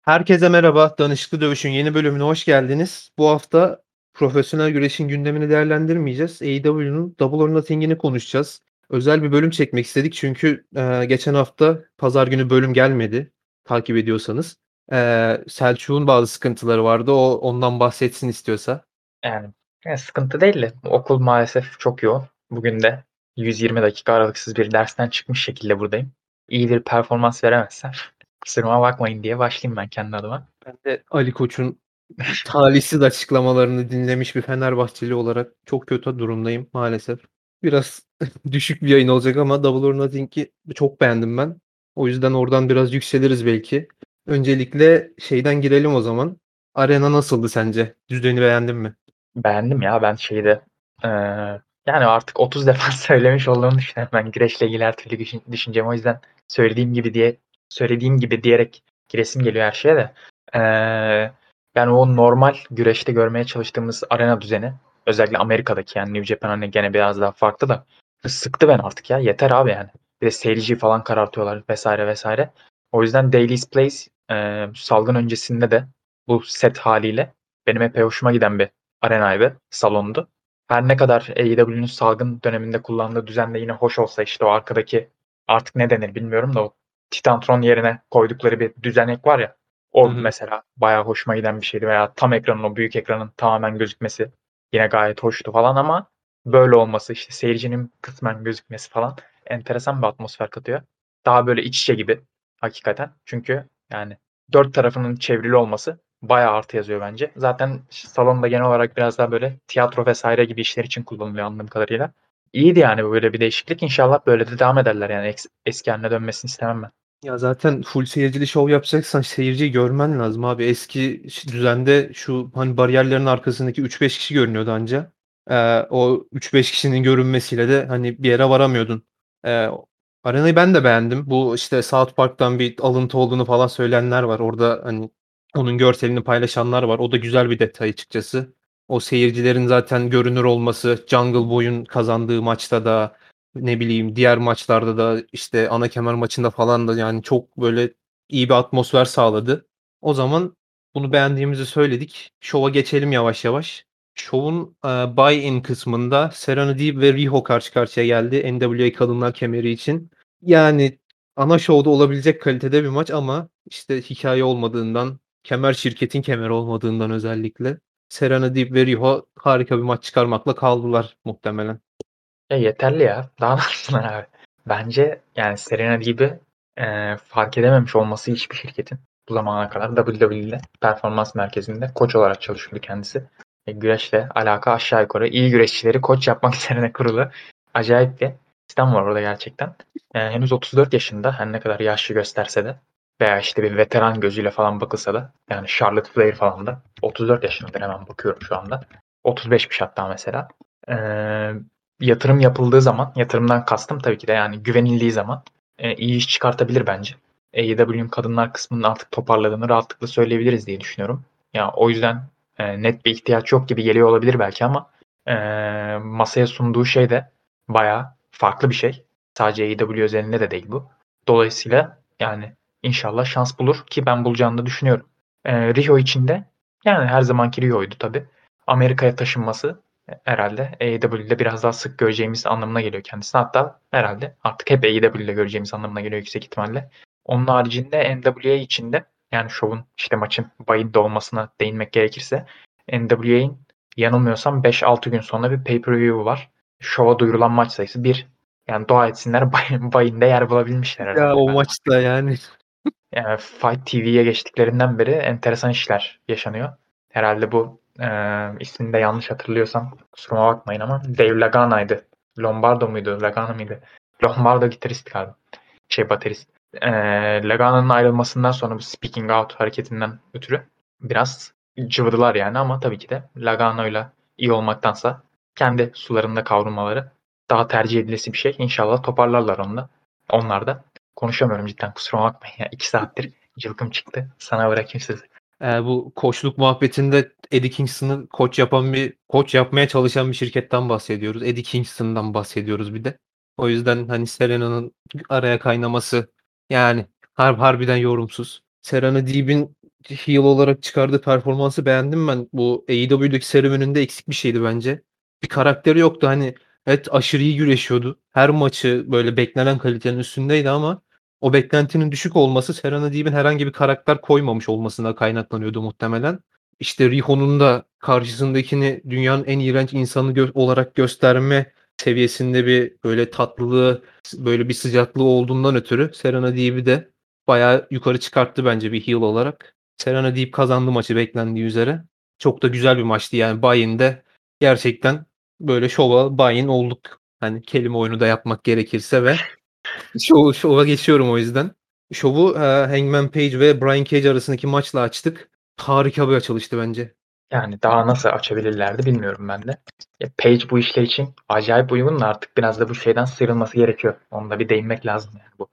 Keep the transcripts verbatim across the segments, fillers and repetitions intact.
Herkese merhaba. Danışıklı Dövüş'ün yeni bölümüne hoş geldiniz. Bu hafta profesyonel güreşin gündemini değerlendirmeyeceğiz. A E W'nun Double or Nothing'ini konuşacağız. Özel bir bölüm çekmek istedik çünkü, eee, geçen hafta pazar günü bölüm gelmedi, takip ediyorsanız. Eee, Selçuk'un bazı sıkıntıları vardı. O ondan bahsetsin istiyorsa. Yani, ya, sıkıntı değil de okul maalesef çok yoğun. Bugün de yüz yirmi dakika aralıksız bir dersten çıkmış şekilde buradayım. İyi bir performans veremezsem kusuruma bakmayın diye başlayayım ben kendi adıma. Ben de Ali Koç'un talihsiz açıklamalarını dinlemiş bir Fenerbahçeli olarak çok kötü durumdayım maalesef. Biraz düşük bir yayın olacak ama Double or Nothing'i çok beğendim ben. O yüzden oradan biraz yükseliriz belki. Öncelikle şeyden girelim o zaman. Arena nasıldı sence? Düzeni beğendin mi? Beğendim ya ben şeyi de, eee, yani artık otuz defa söylemiş olduğumu düşünüyorum ben güreşle ilgili her türlü düşün düşüncemi. O yüzden söylediğim gibi diye söylediğim gibi diyerek giresim geliyor her şeye de. Eee, yani o normal güreşte görmeye çalıştığımız arena düzeni, özellikle Amerika'daki yani New Japan hani gene biraz daha farklı da sıktı beni artık ya. Yeter abi yani. Bir de seyirciyi falan karartıyorlar vesaire vesaire. O yüzden Daily's Place eee, salgın öncesinde de bu set haliyle benim epey hoşuma giden bir arenaydı, salondu. Her ne kadar A E W'nun salgın döneminde kullandığı düzen de yine hoş olsa işte o arkadaki artık ne denir bilmiyorum da o Titantron yerine koydukları bir düzenek var ya, Hı o hı. mesela bayağı hoşuma giden bir şeydi veya tam ekranın o büyük ekranın tamamen gözükmesi yine gayet hoştu falan ama böyle olması işte seyircinin kısmen gözükmesi falan enteresan bir atmosfer katıyor. Daha böyle iç içe gibi hakikaten. Çünkü yani dört tarafının çevrili olması bayağı artı yazıyor bence. Zaten salonda genel olarak biraz daha böyle tiyatro vesaire gibi işler için kullanılıyor anladığım kadarıyla. İyiydi yani böyle bir değişiklik. İnşallah böyle de devam ederler yani eks eski hâline dönmesini istemem ben. Ya, zaten full seyircili şov yapacaksan seyirciyi görmen lazım abi. Eski ş düzende şu, hani, bariyerlerin arkasındaki üç beş kişi görünüyordu anca. Eee, o üç beş kişinin görünmesiyle de, hani, bir yere varamıyordun. Eee, arenayı ben de beğendim. Bu, işte, South Park'tan bir alıntı olduğunu falan söyleyenler var. Orada, hani, onun görselini paylaşanlar var. O da güzel bir detay açıkçası. O seyircilerin zaten görünür olması, Jungle Boy'un kazandığı maçta da, ne bileyim, diğer maçlarda da, işte, ana kemer maçında falan da, yani, çok böyle iyi bir atmosfer sağladı. O zaman bunu beğendiğimizi söyledik. Şova geçelim yavaş yavaş. Şovun, eee, buy-in kısmında Serena Deeb ve Riho karşı karşıya geldi N W A Kadınlar Kemeri için. Yani, ana şovda olabilecek kalitede bir maç ama, işte, hikâye olmadığından, kemer şirketin kemeri olmadığından özellikle Serena Deeb ve Riho harika bir maç çıkarmakla kaldılar muhtemelen. Ya, yeterli ya. Daha ne yapsınlar abi? Bence, yani, Serena Deeb'i, eee, fark edememiş olması hiçbir şirketin bu zamana kadar W W E'de performans merkezinde koç olarak çalışıyordu kendisi. E, güreşle alaka aşağı yukarı iyi güreşçileri koç yapmak üzerine kurulu acayip bir sistem var orada gerçekten. Eee, henüz otuz dört yaşında her ne kadar yaşlı gösterse de veya, işte, bir veteran gözüyle falan bakılsa da yani Charlotte Flair falan da otuz dört yaşındadır hemen bakıyorum şu anda. otuz beşmiş hatta mesela. Eee Yatırım yapıldığı zaman, yatırımdan kastım tabii ki de yani güvenildiği zaman, eee, iyi iş çıkartabilir bence. A E W'nin kadınlar kısmının artık toparladığını rahatlıkla söyleyebiliriz diye düşünüyorum. Ya, o yüzden, eee, net bir ihtiyaç yok gibi geliyor olabilir belki ama, eee, masaya sunduğu şey de bayağı farklı bir şey. Sadece A E W özelinde de değil bu. Dolayısıyla, yani, inşallah şans bulur ki ben bulacağını da düşünüyorum. Eee, Riho için de, yani, her zamanki Riho'ydu tabii. Amerika'ya taşınması herhâlde A E W'de biraz daha sık göreceğimiz anlamına geliyor kendisini. Hatta herhâlde artık hep A E W'de göreceğimiz anlamına geliyor yüksek ihtimalle. Onun haricinde N W A için de yani şovun, işte, maçın buy-in'de olmasına değinmek gerekirse N W A'in yanılmıyorsam beş altı gün sonra bir pay per view'u var. Şova duyurulan maç sayısı bir. Yani dua etsinler buy buy-in'de yer bulabilmişler Ya, herhâlde o ben maçta yani. yani Fight T V'ye geçtiklerinden beri enteresan işler yaşanıyor. Herhâlde bu, eee, ismini de yanlış hatırlıyorsam kusuruma bakmayın ama Dave Lagana'ydı. Lombardo muydu, Lagana mıydı? Lombardo gitarist galiba, şey baterist. Eee, Lagana'nın ayrılmasından sonra bu speaking out hareketinden ötürü biraz cıvıdılar yani ama tabii ki de Lagano'yla iyi olmaktansa kendi sularında kavrulmaları daha tercih edilesi bir şey. İnşallah toparlarlar onu da. Onlar da. Konuşamıyorum cidden kusuruma bakmayın ya. iki saattir cılkım çıktı. Sana bırakayım sözü. Eee, bu koçluk muhabbetinde Eddie Kingston'ı koç yapan bir koç yapmaya çalışan bir şirketten bahsediyoruz. Eddie Kingston'dan bahsediyoruz bir de. O yüzden, hani, Serena'nın araya kaynaması, yani, har harbiden yorumsuz. Serena Deeb'in heel olarak çıkardığı performansı beğendim ben. Bu A E W'deki serüveninde eksik bir şeydi bence. Bir karakteri yoktu. Hani evet, aşırı iyi güreşiyordu. Her maçı böyle beklenen kalitenin üstündeydi ama o beklentinin düşük olması Serena Deeb'in herhangi bir karakter koymamış olmasına kaynaklanıyordu muhtemelen. İşte Riho'nun da karşısındakini dünyanın en iğrenç insanı gö olarak gösterme seviyesinde bir böyle tatlılığı, böyle bir sıcaklığı olduğundan ötürü Serena Deeb'i de bayağı yukarı çıkarttı bence bir heel olarak. Serena Deeb kazandı maçı beklendiği üzere. Çok da güzel bir maçtı yani buy-in'de gerçekten böyle şova buy-in olduk. Hani kelime oyunu da yapmak gerekirse ve şovu şova geçiyorum o yüzden. Şovu, eee, Hangman Page ve Brian Cage arasındaki maçla açtık. Harika bir açılıştı bence. Yani daha nasıl açabilirlerdi bilmiyorum ben de. Ya Page bu işler için acayip uygun da artık biraz da bu şeyden sıyrılması gerekiyor. Onu da bir değinmek lazım yani bu.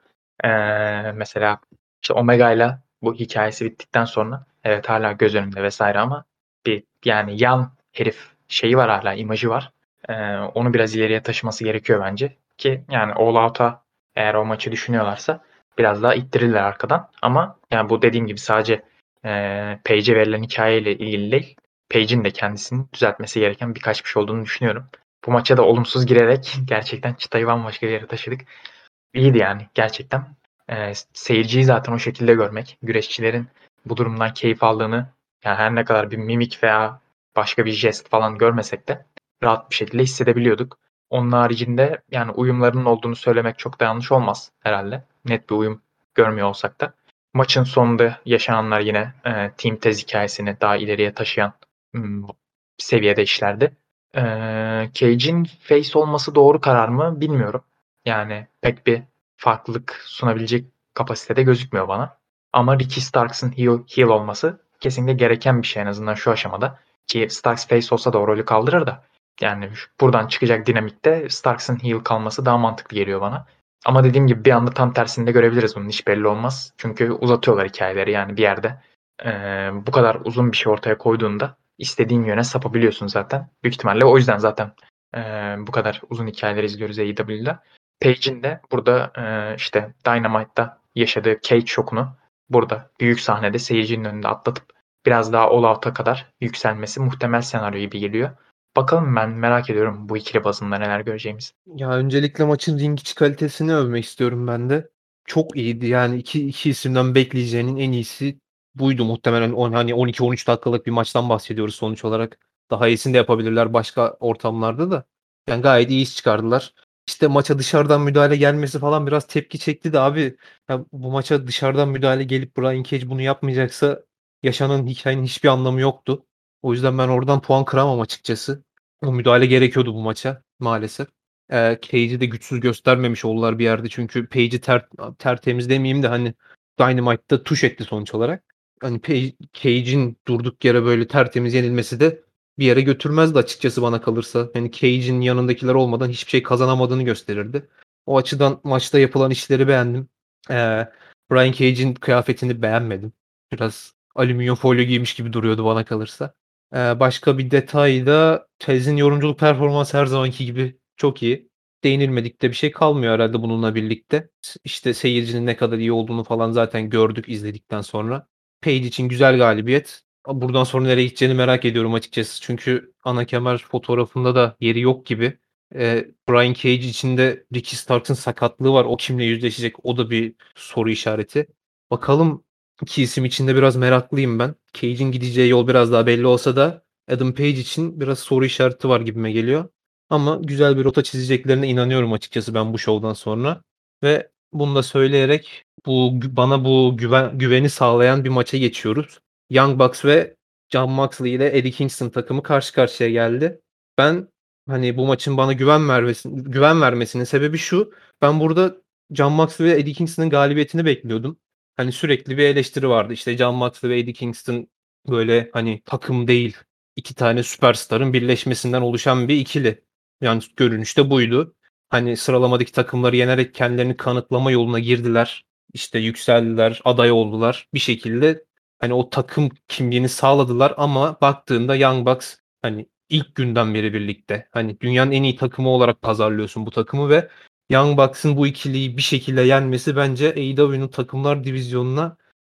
Ee, mesela işte Omega ile bu hikayesi bittikten sonra evet hala göz önünde vesaire ama bir yani yan herif şeyi var, hala imajı var. Ee, onu biraz ileriye taşıması gerekiyor bence. Ki yani All Out'a eğer o maçı düşünüyorlarsa biraz daha ittirirler arkadan. Ama yani bu dediğim gibi sadece e, Page'e verilen hikayeyle ilgili değil. Page'in de kendisini düzeltmesi gereken birkaç bir şey olduğunu düşünüyorum. Bu maça da olumsuz girerek gerçekten çıtayı bambaşka bir yere taşıdık. İyiydi yani gerçekten. Ee, seyirciyi zaten o şekilde görmek, güreşçilerin bu durumdan keyif aldığını, yani her ne kadar bir mimik veya başka bir jest falan görmesek de rahat bir şekilde hissedebiliyorduk. Onun haricinde yani uyumlarının olduğunu söylemek çok da yanlış olmaz herhalde. Net bir uyum görmüyor olsak da. Maçın sonunda yaşananlar yine e, Team Tez hikayesini daha ileriye taşıyan hmm, seviyede işlerdi. E, Cage'in face olması doğru karar mı bilmiyorum. Yani pek bir farklılık sunabilecek kapasitede gözükmüyor bana. Ama Ricky Starks'ın heel, heel olması kesinlikle gereken bir şey en azından şu aşamada. Ki Starks face olsa da o rolü kaldırır da. Yani buradan çıkacak dinamikte Starks'ın heel kalması daha mantıklı geliyor bana. Ama dediğim gibi bir anda tam tersini de görebiliriz, bunun hiç belli olmaz. Çünkü uzatıyorlar hikayeleri yani bir yerde. E, bu kadar uzun bir şey ortaya koyduğunda istediğin yöne sapabiliyorsun zaten. Büyük ihtimalle o yüzden zaten e, bu kadar uzun hikayeler izliyoruz A E W'de. Page'in de burada e, işte Dynamite'da yaşadığı cage şokunu burada büyük sahnede seyircinin önünde atlatıp biraz daha All Out'a kadar yükselmesi muhtemel senaryo gibi geliyor. Bakalım, ben merak ediyorum bu ikili bazında neler göreceğimiz. Ya, öncelikle maçın ring içi kalitesini övmek istiyorum ben de. Çok iyiydi. Yani iki iki isimden bekleyeceğinin en iyisi buydu muhtemelen. On hani on iki on üç dakikalık bir maçtan bahsediyoruz sonuç olarak. Daha iyisini de yapabilirler başka ortamlarda da. Yani gayet iyi iş çıkardılar. İşte maça dışarıdan müdahale gelmesi falan biraz tepki çekti de abi, ya bu maça dışarıdan müdahale gelip Brian Cage bunu yapmayacaksa yaşanan hikayenin hiçbir anlamı yoktu. O yüzden ben oradan puan kıramam açıkçası. O müdahale gerekiyordu bu maça maalesef. Eee, Cage'i de güçsüz göstermemiş oldular bir yerde çünkü Page'i ter tertemiz demeyeyim de, hani, Dynamite'da tuş etti sonuç olarak. Hani, Page Cage'in durduk yere böyle tertemiz yenilmesi de bir yere götürmezdi açıkçası bana kalırsa. Hani, Cage'in yanındakiler olmadan hiçbir şey kazanamadığını gösterirdi. O açıdan maçta yapılan işleri beğendim. Eee, Brian Cage'in kıyafetini beğenmedim. Biraz alüminyum folyo giymiş gibi duruyordu bana kalırsa. Eee, başka bir detay da Tez'in yorumculuk performansı her zamanki gibi çok iyi. Değinilmedik de bir şey kalmıyor herhâlde bununla birlikte. S işte seyircinin ne kadar iyi olduğunu falan zaten gördük izledikten sonra. Page için güzel galibiyet. A buradan sonra nereye gideceğini merak ediyorum açıkçası. Çünkü ana kemer fotoğrafında da yeri yok gibi. Eee, Brian Cage için de Ricky Starks'ın sakatlığı var. O kimle yüzleşecek? O da bir soru işareti. Bakalım, iki isim için de biraz meraklıyım ben. Cage'in gideceği yol biraz daha belli olsa da Adam Page için biraz soru işareti var gibime geliyor. Ama güzel bir rota çizeceklerine inanıyorum açıkçası ben bu şovdan sonra ve bunu da söyleyerek bu gü bana bu güven güveni sağlayan bir maça geçiyoruz. Young Bucks ve Jon Moxley ile Eddie Kingston takımı karşı karşıya geldi. Ben, hani, bu maçın bana güven vermesi güven vermesinin sebebi şu: Ben burada Jon Moxley ve Eddie Kingston'ın galibiyetini bekliyordum. Hani, sürekli bir eleştiri vardı. İşte, Jon Moxley ve Eddie Kingston, böyle, hani, takım değil, iki tane süperstarın birleşmesinden oluşan bir ikili. Yani görünüşte buydu. Hani, sıralamadaki takımları yenerek kendilerini kanıtlama yoluna girdiler. İşte, yükseldiler, aday oldular. Bir şekilde, hani, o takım kimliğini sağladılar ama baktığında Young Bucks, hani, ilk günden beri birlikte. Hani, dünyanın en iyi takımı olarak pazarlıyorsun bu takımı ve Young Bucks'ın bu ikiliyi bir şekilde yenmesi bence A E W'nun takımlar divizyonuna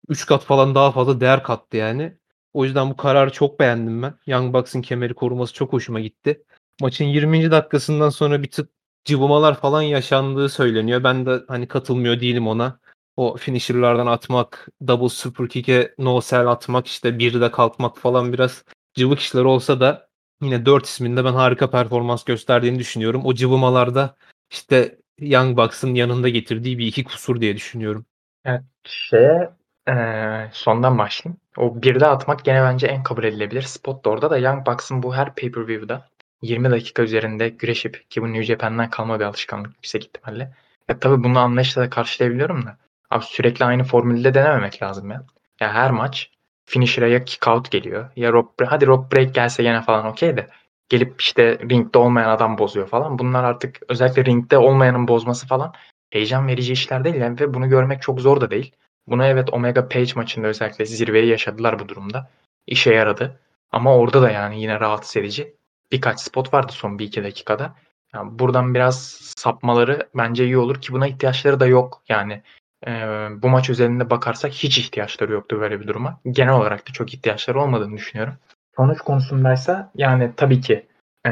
üç kat falan daha fazla değer kattı yani. O yüzden bu kararı çok beğendim ben. Young Bucks'ın kemeri koruması çok hoşuma gitti. Maçın yirminci dakikasından sonra bir tık cıvımalar falan yaşandığı söyleniyor. Ben de hani katılmıyor değilim ona. O finisher'lardan atmak, double super kick'e no sell atmak, işte bir de kalkmak falan biraz cıvık işler olsa da yine dört isminde ben harika performans gösterdiğini düşünüyorum. O cıvımalarda işte Young Bucks'ın yanında getirdiği bir iki kusur diye düşünüyorum. Evet, şeye eee, sondan başlayayım. O birde atmak gene bence en kabul edilebilir spot da orada da Young Bucks'ın bu her pay-per-view'da yirmi dakika üzerinde güreşip ki bu New Japan'dan kalma bir alışkanlık yüksek ihtimalle. Ya tabii bunu anlayışla da karşılayabiliyorum da abi sürekli aynı formülde denememek lazım ya. Ya her maç finisher'a ya kick out geliyor ya rope break. Hadi rope break gelse gene falan okey de gelip işte ringde olmayan adam bozuyor falan. Bunlar artık özellikle ringde olmayanın bozması falan heyecan verici işler değil yani ve bunu görmek çok zor da değil. Bunu evet Omega Page maçında özellikle zirveyi yaşadılar bu durumda. İşe yaradı. Ama orada da yani yine rahatsız edici birkaç spot vardı son bir iki dakikada. Yani buradan biraz sapmaları bence iyi olur ki buna ihtiyaçları da yok. Yani e, bu maç üzerinde bakarsak hiç ihtiyaçları yoktu böyle bir duruma. Genel olarak da çok ihtiyaçları olmadığını düşünüyorum. Sonuç konusundaysa yani tabii ki e,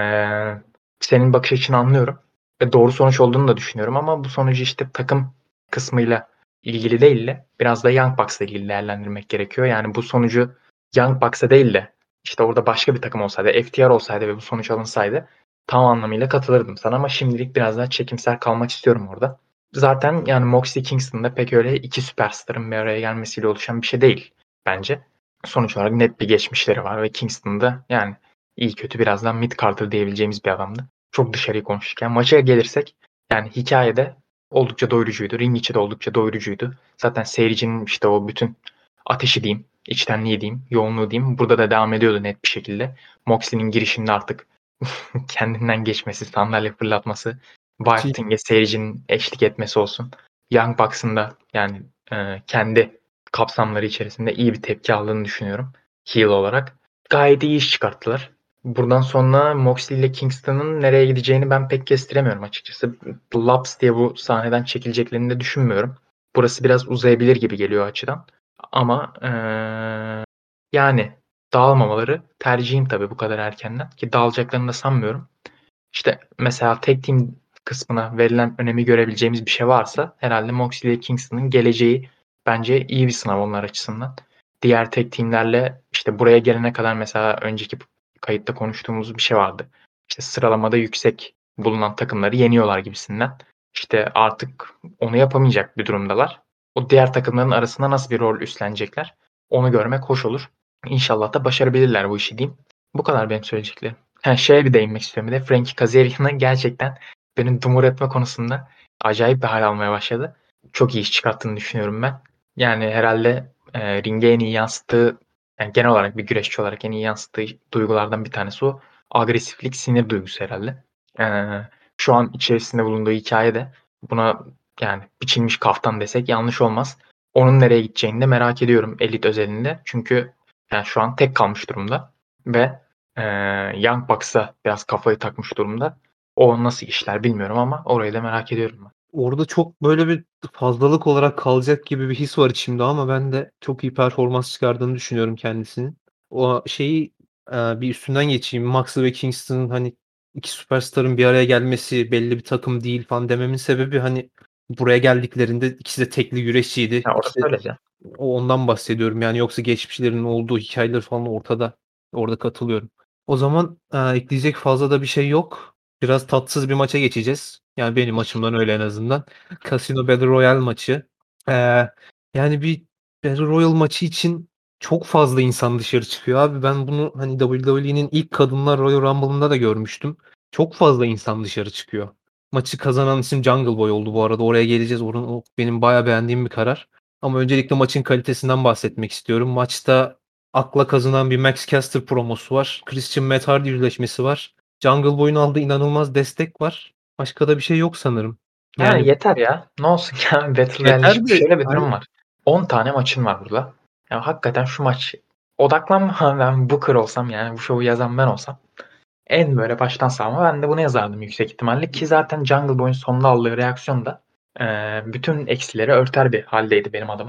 senin bakış açını anlıyorum ve doğru sonuç olduğunu da düşünüyorum ama bu sonucu işte takım kısmıyla ilgili değil de biraz da Young Bucks'la ilgili değerlendirmek gerekiyor. Yani bu sonucu Young Bucks'a değil de işte orada başka bir takım olsaydı, F T R olsaydı ve bu sonuç alınsaydı tam anlamıyla katılırdım sana ama şimdilik biraz daha çekimser kalmak istiyorum orada. Zaten yani Moxley Kingston'da pek öyle iki süperstarın bir araya gelmesiyle oluşan bir şey değil bence. Sonuç olarak net bir geçmişleri var ve Kingston'da yani iyi kötü birazdan mid carder diyebileceğimiz bir adamdı. Çok dışarıyı konuşurken maça gelirsek yani hikayede oldukça doyurucuydu. Ring içi de oldukça doyurucuydu. Zaten seyircinin işte o bütün ateşi diyeyim, içtenliği diyeyim, yoğunluğu diyeyim. Burada da devam ediyordu net bir şekilde. Moxley'nin girişinde artık kendinden geçmesi, sandalye fırlatması, Wild Ki Thing'e seyircinin eşlik etmesi olsun. Young Bucks'ın da yani e, kendi kapsamları içerisinde iyi bir tepki aldığını düşünüyorum. Heel olarak. Gayet iyi iş çıkarttılar. Buradan sonra Moxley ile Kingston'ın nereye gideceğini ben pek kestiremiyorum açıkçası. Laps diye bu sahneden çekileceklerini de düşünmüyorum. Burası biraz uzayabilir gibi geliyor o açıdan. Ama eee, yani dağılmamaları tercihim tabii bu kadar erkenden. Ki dağılacaklarını da sanmıyorum. İşte mesela tek team kısmına verilen önemi görebileceğimiz bir şey varsa herhalde Moxley ile Kingston'ın geleceği bence iyi bir sınav onlar açısından. Diğer tek teamlerle işte buraya gelene kadar mesela önceki kayıtta konuştuğumuz bir şey vardı. İşte sıralamada yüksek bulunan takımları yeniyorlar gibisinden. İşte artık onu yapamayacak bir durumdalar. O diğer takımların arasında nasıl bir rol üstlenecekler? Onu görmek hoş olur. İnşallah da başarabilirler bu işi diyeyim. Bu kadar benim söyleyeceklerim. Ha, şeye bir değinmek istiyorum bir de. Frankie Kazarian'ın gerçekten beni dumur etme konusunda acayip bir hal almaya başladı. Çok iyi iş çıkarttığını düşünüyorum ben. Yani herhalde e, ringe en iyi yansıttığı, yani genel olarak bir güreşçi olarak en iyi yansıttığı duygulardan bir tanesi o. Agresiflik, sinir duygusu herhalde. E, şu an içerisinde bulunduğu hikayede buna yani biçilmiş kaftan desek yanlış olmaz. Onun nereye gideceğini de merak ediyorum elit özelinde. Çünkü yani şu an tek kalmış durumda ve ee, Young Bucks'a biraz kafayı takmış durumda. O nasıl işler bilmiyorum ama orayı da merak ediyorum ben. orada çok böyle bir fazlalık olarak kalacak gibi bir his var içimde ama ben de çok iyi performans çıkardığını düşünüyorum kendisinin. O şeyi, eee, bir üstünden geçeyim. Moxley ve Kingston'ın, hani, iki süperstarın bir araya gelmesi, belli bir takım değil falan dememin sebebi, hani, buraya geldiklerinde ikisi de tekli güreşçiydi. Ya orası İkisi öyle canım. o ondan bahsediyorum yani yoksa geçmişlerinin olduğu hikâyeler falan ortada. Orada katılıyorum. O zaman, eee, ekleyecek fazla da bir şey yok. Biraz tatsız bir maça geçeceğiz. Yani benim açımdan öyle en azından. Casino Battle Royale maçı. Eee, yani bir Battle Royale maçı için çok fazla insan dışarı çıkıyor abi. Ben bunu, hani, W W E'nin ilk kadınlar Royal Rumble'ında da görmüştüm. Çok fazla insan dışarı çıkıyor. Maçı kazanan isim Jungle Boy oldu bu arada. Oraya geleceğiz. Oranın o benim bayağı beğendiğim bir karar. Ama öncelikle maçın kalitesinden bahsetmek istiyorum. Maçta akla kazınan bir Max Caster promosu var. Christian Matt Hardy yüzleşmesi var. Jungle Boy'un aldığı inanılmaz destek var. Başka da bir şey yok sanırım. Ha, Yani yeter ya. Ne olsun ya Battle Royale. yeter Şimdi de şöyle bir hani durum var. on tane maçın var burada. Ya hakikaten şu maç odaklanma ben Booker olsam yani bu şovu yazan ben olsam en böyle baştan savma ben de bunu yazardım yüksek ihtimalle ki zaten Jungle Boy'un sonunda aldığı reaksiyon da e, bütün eksileri örter bir haldeydi benim adıma.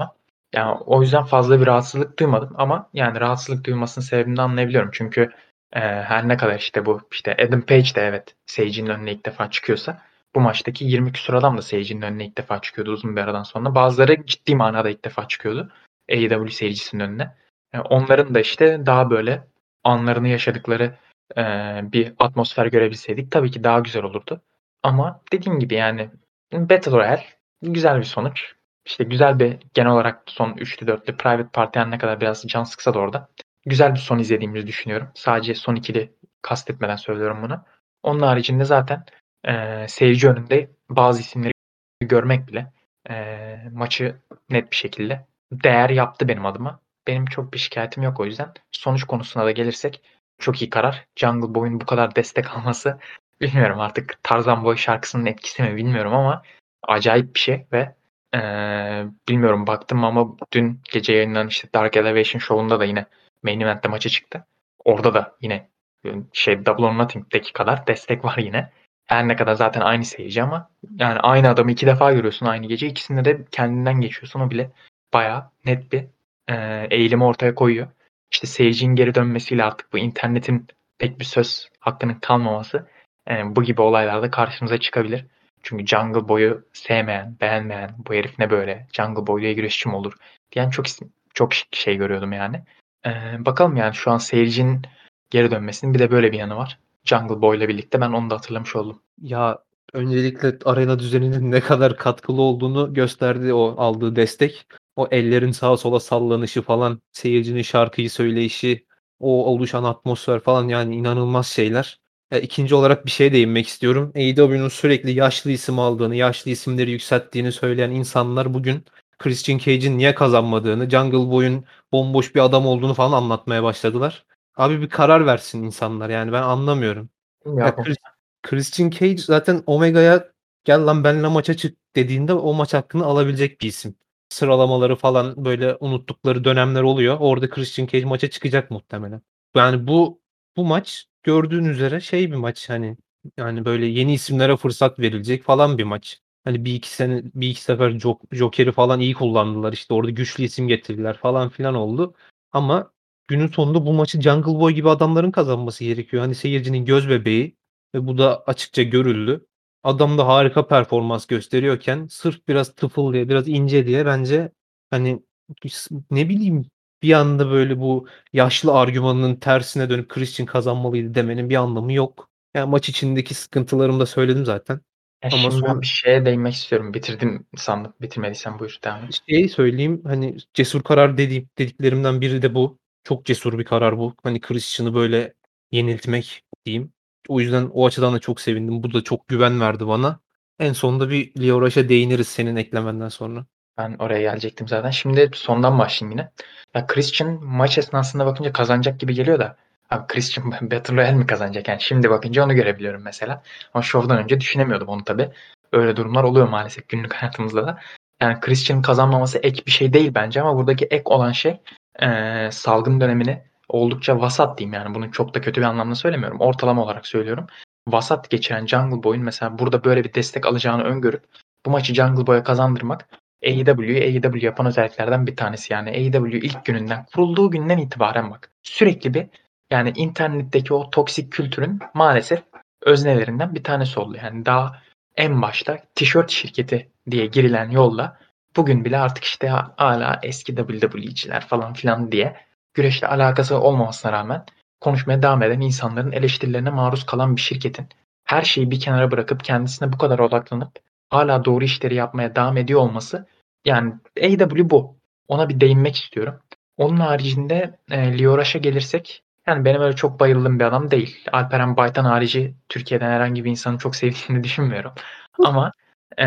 Yani o yüzden fazla bir rahatsızlık duymadım ama yani rahatsızlık duymasının sebebini de anlayabiliyorum. Çünkü, eee, her ne kadar işte bu işte Adam Page de evet seyircinin önüne ilk defa çıkıyorsa bu maçtaki yirmi küsur adam da seyircinin önüne ilk defa çıkıyordu uzun bir aradan sonra. Bazıları ciddi manada ilk defa çıkıyordu A E W seyircisinin önüne. Eee, onların da işte daha böyle anlarını yaşadıkları, eee, bir atmosfer görebilseydik tabii ki daha güzel olurdu. Ama dediğim gibi yani Battle Royale güzel bir sonuç. İşte güzel bir genel olarak son üçlü dörtlü Private Party her ne kadar biraz can sıksa da orada güzel bir son izlediğimizi düşünüyorum. Sadece son ikili kastetmeden söylüyorum bunu. Onun haricinde zaten eee, seyirci önünde bazı isimleri görmek bile eee, maçı net bir şekilde değer yaptı benim adıma. Benim çok bir şikayetim yok o yüzden. Sonuç konusuna da gelirsek çok iyi karar. Jungle Boy'un bu kadar destek alması bilmiyorum artık Tarzan Boy şarkısının etkisi mi bilmiyorum ama acayip bir şey ve eee, bilmiyorum baktım ama dün gece yayınlanan işte Dark Elevation Show'unda da yine Main Event'te maçı çıktı. Orada da yine şey Double or Nothing'deki kadar destek var yine. Her ne kadar zaten aynı seyirci ama yani aynı adamı iki defa görüyorsun aynı gece. İkisinde de kendinden geçiyorsun. O bile bayağı net bir eee eğilimi ortaya koyuyor. İşte seyircinin geri dönmesiyle artık bu internetin pek bir söz hakkının kalmaması eee, bu gibi olaylarda karşımıza çıkabilir. Çünkü Jungle Boy'u sevmeyen, beğenmeyen, bu herif ne böyle, Jungle Boy'la güreşçi mi olur diyen çok isim, çok şey görüyordum yani. Eee, bakalım yani şu an seyircinin geri dönmesinin bir de böyle bir yanı var. Jungle Boy'la birlikte ben onu da hatırlamış oldum. Ya, öncelikle arena düzeninin ne kadar katkılı olduğunu gösterdi o aldığı destek. O ellerin sağa sola sallanışı falan, seyircinin şarkıyı söyleyişi, o oluşan atmosfer falan yani inanılmaz şeyler. Eee, ikinci olarak bir şeye değinmek istiyorum. A E W'nun sürekli yaşlı isim aldığını, yaşlı isimleri yükselttiğini söyleyen insanlar bugün Christian Cage'in niye kazanmadığını, Jungle Boy'un bomboş bir adam olduğunu falan anlatmaya başladılar. Abi bir karar versin insanlar yani ben anlamıyorum. Ya, Bilmiyorum. Chris Christian Cage zaten Omega'ya "Gel lan benimle maça çık." dediğinde o maç hakkını alabilecek bir isim. Sıralamaları falan böyle unuttukları dönemler oluyor. Orada Christian Cage maça çıkacak muhtemelen. Yani bu bu maç gördüğün üzere şey bir maç, hani, yani, böyle yeni isimlere fırsat verilecek falan bir maç. Hani, bir iki sene bir iki sefer Jok Joker'i falan iyi kullandılar. İşte, orada güçlü isim getirdiler falan filan oldu ama günün sonunda bu maçı Jungle Boy gibi adamların kazanması gerekiyor. Hani, seyircinin göz bebeği ve bu da açıkça görüldü. Adam da harika performans gösteriyorken sırf biraz tıfıl diye, biraz ince diye bence, hani, s ne bileyim, bir anda böyle bu yaşlı argümanının tersine dönüp Christian kazanmalıydı demenin bir anlamı yok. Yani maç içindeki sıkıntılarımı da söyledim zaten Ya ama şimdi ben son bir şeye değinmek istiyorum. Bitirdim sandım. Bitirmediysen buyur devam et. şeyi söyleyeyim, hani, cesur karar dediğim dediklerimden biri de bu. Çok cesur bir karar bu. Hani, Christian'ı böyle yeniltmek diyeyim. O yüzden o açıdan da çok sevindim. Bu da çok güven verdi bana. En sonunda bir Lio Rush'a değiniriz senin eklemenden sonra. Ben oraya gelecektim zaten. Şimdi sondan başlayayım yine. Ya Christian maç esnasında bakınca kazanacak gibi geliyor da abi Christian Battle Royale mi kazanacak? Yani şimdi bakınca onu görebiliyorum mesela. Ama şovdan önce düşünemiyordum onu tabii. Öyle durumlar oluyor maalesef günlük hayatımızda da. Yani Christian'ın kazanmaması ek bir şey değil bence ama buradaki ek olan şey eee, salgın dönemini oldukça vasat diyeyim yani. Bunu çok da kötü bir anlamda söylemiyorum. Ortalama olarak söylüyorum. Vasat geçiren Jungle Boy'un mesela burada böyle bir destek alacağını öngörüp bu maçı Jungle Boy'a kazandırmak A E W'yu A E W yapan özelliklerden bir tanesi. Yani A E W ilk gününden, kurulduğu günden itibaren bak. Sürekli bir yani internetteki o toksik kültürün maalesef öznelerinden bir tanesi oldu. Yani daha en başta tişört şirketi diye girilen yolla bugün bile artık işte hala eski W W E'ciler falan filan diye güreşle alakası olmamasına rağmen konuşmaya devam eden insanların eleştirilerine maruz kalan bir şirketin her şeyi bir kenara bırakıp kendisine bu kadar odaklanıp hala doğru işleri yapmaya devam ediyor olması yani A E W bu. Ona bir değinmek istiyorum. Onun haricinde e, Lio Rush'a gelirsek yani benim öyle çok bayıldığım bir adam değil. Alperen Baytan harici Türkiye'den herhangi bir insanı çok sevdiğini düşünmüyorum. Ama e,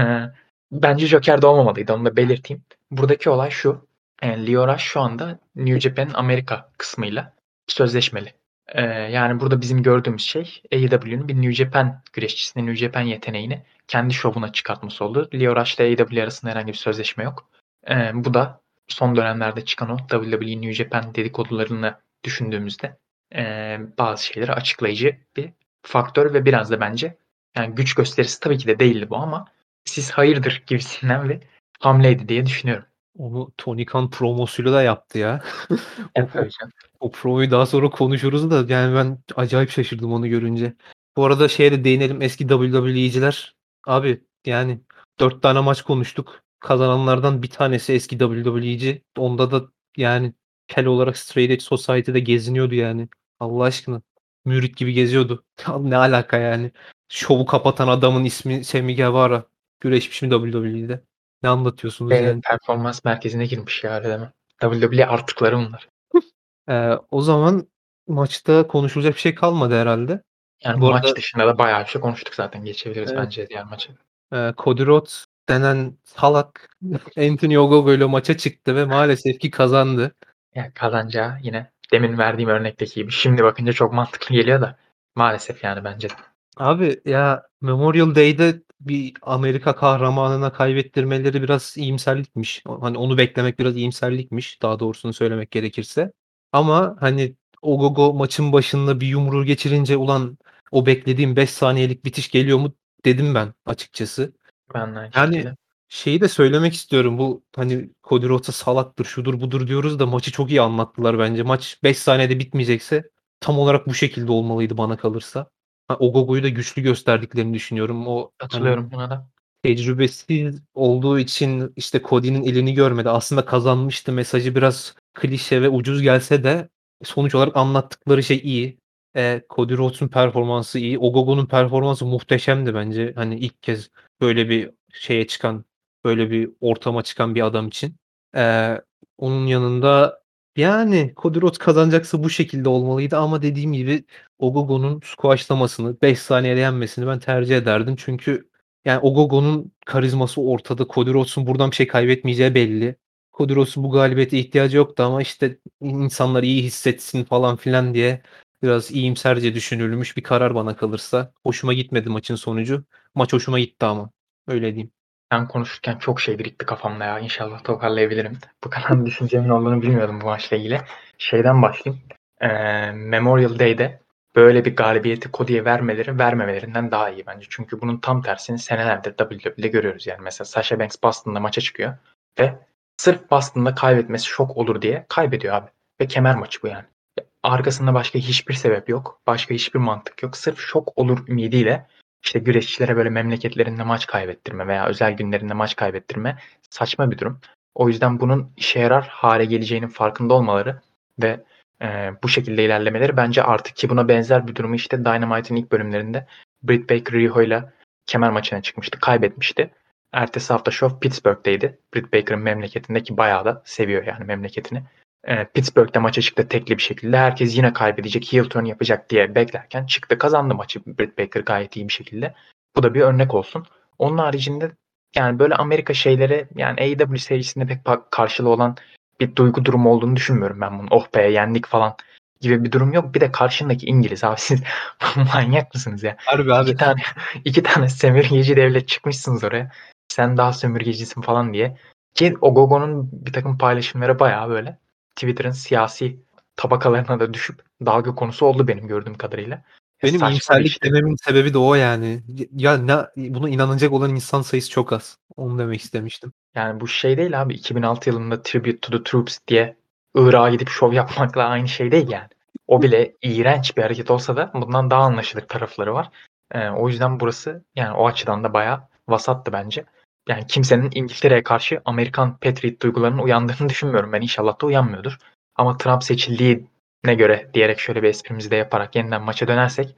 bence Joker'de olmamalıydı. Onu da belirteyim. Buradaki olay şu. E, Lio Rush şu anda New Japan'in Amerika kısmıyla sözleşmeli. E, yani burada bizim gördüğümüz şey A E W'nin bir New Japan güreşçisinin New Japan yeteneğini kendi şovuna çıkartması oldu. Lio Rush ile A E W arasında herhangi bir sözleşme yok. Ee, bu da son dönemlerde çıkan o W W E New Japan dedikodularını düşündüğümüzde ee, bazı şeyleri açıklayıcı bir faktör ve biraz da bence yani güç gösterisi tabii ki de değildi bu ama siz hayırdır gibisinden bir hamleydi diye düşünüyorum. Onu Tony Khan promosuyla da yaptı ya. E, O o tabii canım. o promoyu daha sonra konuşuruz da yani ben acayip şaşırdım onu görünce. Bu arada şeye de değinelim, eski W W E'ciler. Abi yani dört tane maç konuştuk. Kazananlardan bir tanesi eski W W E'ci. Onda da yani kel olarak Straight Edge Society'de geziniyordu yani. Allah aşkına. Mürit gibi geziyordu. Ne alaka yani? Şovu kapatan adamın ismi Sammy Guevara. Güreşmiş mi W W E'de? Ne anlatıyorsunuz Ve yani? performans merkezine girmiş ya, öyle deme. W W E artıkları bunlar. Eee, o zaman maçta konuşulacak bir şey kalmadı herhâlde. Yani Bu arada maç dışında da bayağı bir şey konuştuk zaten. Geçebiliriz evet, bence diğer maça. eee, Cody Rhodes denen salak Anthony Ogogo ile maça çıktı ve maalesef ki kazandı. Yani kazanacağı yine demin verdiğim örnekteki gibi. Şimdi bakınca çok mantıklı geliyor da maalesef yani bence de. Abi ya Memorial Day'de bir Amerika kahramanına kaybettirmeleri biraz iyimserlikmiş. O hani onu beklemek biraz iyimserlikmiş daha doğrusunu söylemek gerekirse. Ama hani Ogogo maçın başında bir yumruğu geçirince ulan o beklediğim beş saniyelik bitiş geliyor mu dedim ben açıkçası. Ben de aynı Yani, şekilde. şeyi de söylemek istiyorum. Bu, hani, Cody Rhodes'a salaktır, şudur budur diyoruz da maçı çok iyi anlattılar bence. Maç beş saniyede bitmeyecekse tam olarak bu şekilde olmalıydı bana kalırsa. Ha, Ogogo'yu da güçlü gösterdiklerini düşünüyorum. O, hani, Katılıyorum buna da. tecrübesiz olduğu için, işte, Cody'nin elini görmedi. Aslında kazanmıştı mesajı biraz klişe ve ucuz gelse de sonuç olarak anlattıkları şey iyi. Eee, Cody Rhodes'un performansı iyi. Ogogo'nun performansı muhteşemdi bence. Hani, ilk kez böyle bir şeye çıkan, böyle bir ortama çıkan bir adam için. Eee, onun yanında, yani, Cody Rhodes kazanacaksa bu şekilde olmalıydı ama dediğim gibi Ogogo'nun squashlamasını, beş saniyede yenmesini ben tercih ederdim. Çünkü yani Ogogo'nun karizması ortada. Cody Rhodes'un buradan bir şey kaybetmeyeceği belli. Cody Rhodes'un bu galibiyete ihtiyacı yoktu ama işte insanlar iyi hissetsin falan filan diye biraz iyimserce düşünülmüş bir karar bana kalırsa. Hoşuma gitmedi maçın sonucu. Maç hoşuma gitti ama. Öyle diyeyim. Ben konuşurken çok şey birikti kafamda ya. İnşallah toparlayabilirim. Bu kadar düşüncemin olduğunu bilmiyordum bu maçla ilgili. Şeyden başlayayım. Ee, Memorial Day'de böyle bir galibiyeti Cody'ye vermeleri vermemelerinden daha iyi bence. Çünkü bunun tam tersini senelerdir W W E'de görüyoruz. Yani mesela Sasha Banks Boston'da maça çıkıyor ve sırf Boston'da kaybetmesi şok olur diye kaybediyor abi. Ve kemer maçı bu yani. Arkasında başka hiçbir sebep yok. Başka hiçbir mantık yok. Sırf şok olur ümidiyle işte güreşçilere böyle memleketlerinde maç kaybettirme veya özel günlerinde maç kaybettirme saçma bir durum. O yüzden bunun işe yarar hale geleceğinin farkında olmaları ve e, bu şekilde ilerlemeleri bence artık, ki buna benzer bir durumu işte Dynamite'ın ilk bölümlerinde Britt Baker Riho ile kemer maçına çıkmıştı. Kaybetmişti. Ertesi hafta show Pittsburgh'teydi. Britt Baker'ın memleketindeki bayağı da seviyor yani memleketini. E, Pittsburgh'te maça çıktı tekli bir şekilde. Herkes yine kaybedecek, heel turn yapacak diye beklerken çıktı, kazandı maçı Britt Baker gayet iyi bir şekilde. Bu da bir örnek olsun. Onun haricinde yani böyle Amerika şeyleri, yani A E W serisinde pek karşılığı olan bir duygu durumu olduğunu düşünmüyorum ben bunun. Oh be yendik falan gibi bir durum yok. Bir de karşındaki İngiliz abi, siz manyak mısınız ya? Harbi abi. İki tane iki tane sömürgeci devlet çıkmışsınız oraya. Sen daha sömürgecisin falan diye. Ki Ogogo'nun bir takım paylaşımları bayağı böyle Twitter'ın siyasi tabakalarına da düşüp dalga konusu oldu benim gördüğüm kadarıyla. Ya Benim saçma bir iyimserlik işte. dememin sebebi de o yani. Ya ne buna inanacak olan insan sayısı çok az. Onu demek istemiştim. Yani bu şey değil abi, iki bin altı yılında Tribute to the Troops diye Irak'a gidip şov yapmakla aynı şey değil yani. O bile iğrenç bir hareket olsa da bundan daha anlaşılır tarafları var. Ee, o yüzden burası yani o açıdan da bayağı vasattı bence. Yani kimsenin İngiltere'ye karşı Amerikan Patriot duygularının uyandığını düşünmüyorum. Ben inşallah da uyanmıyordur. Ama Trump seçildiğine göre diyerek şöyle bir esprimizi de yaparak yeniden maça dönersek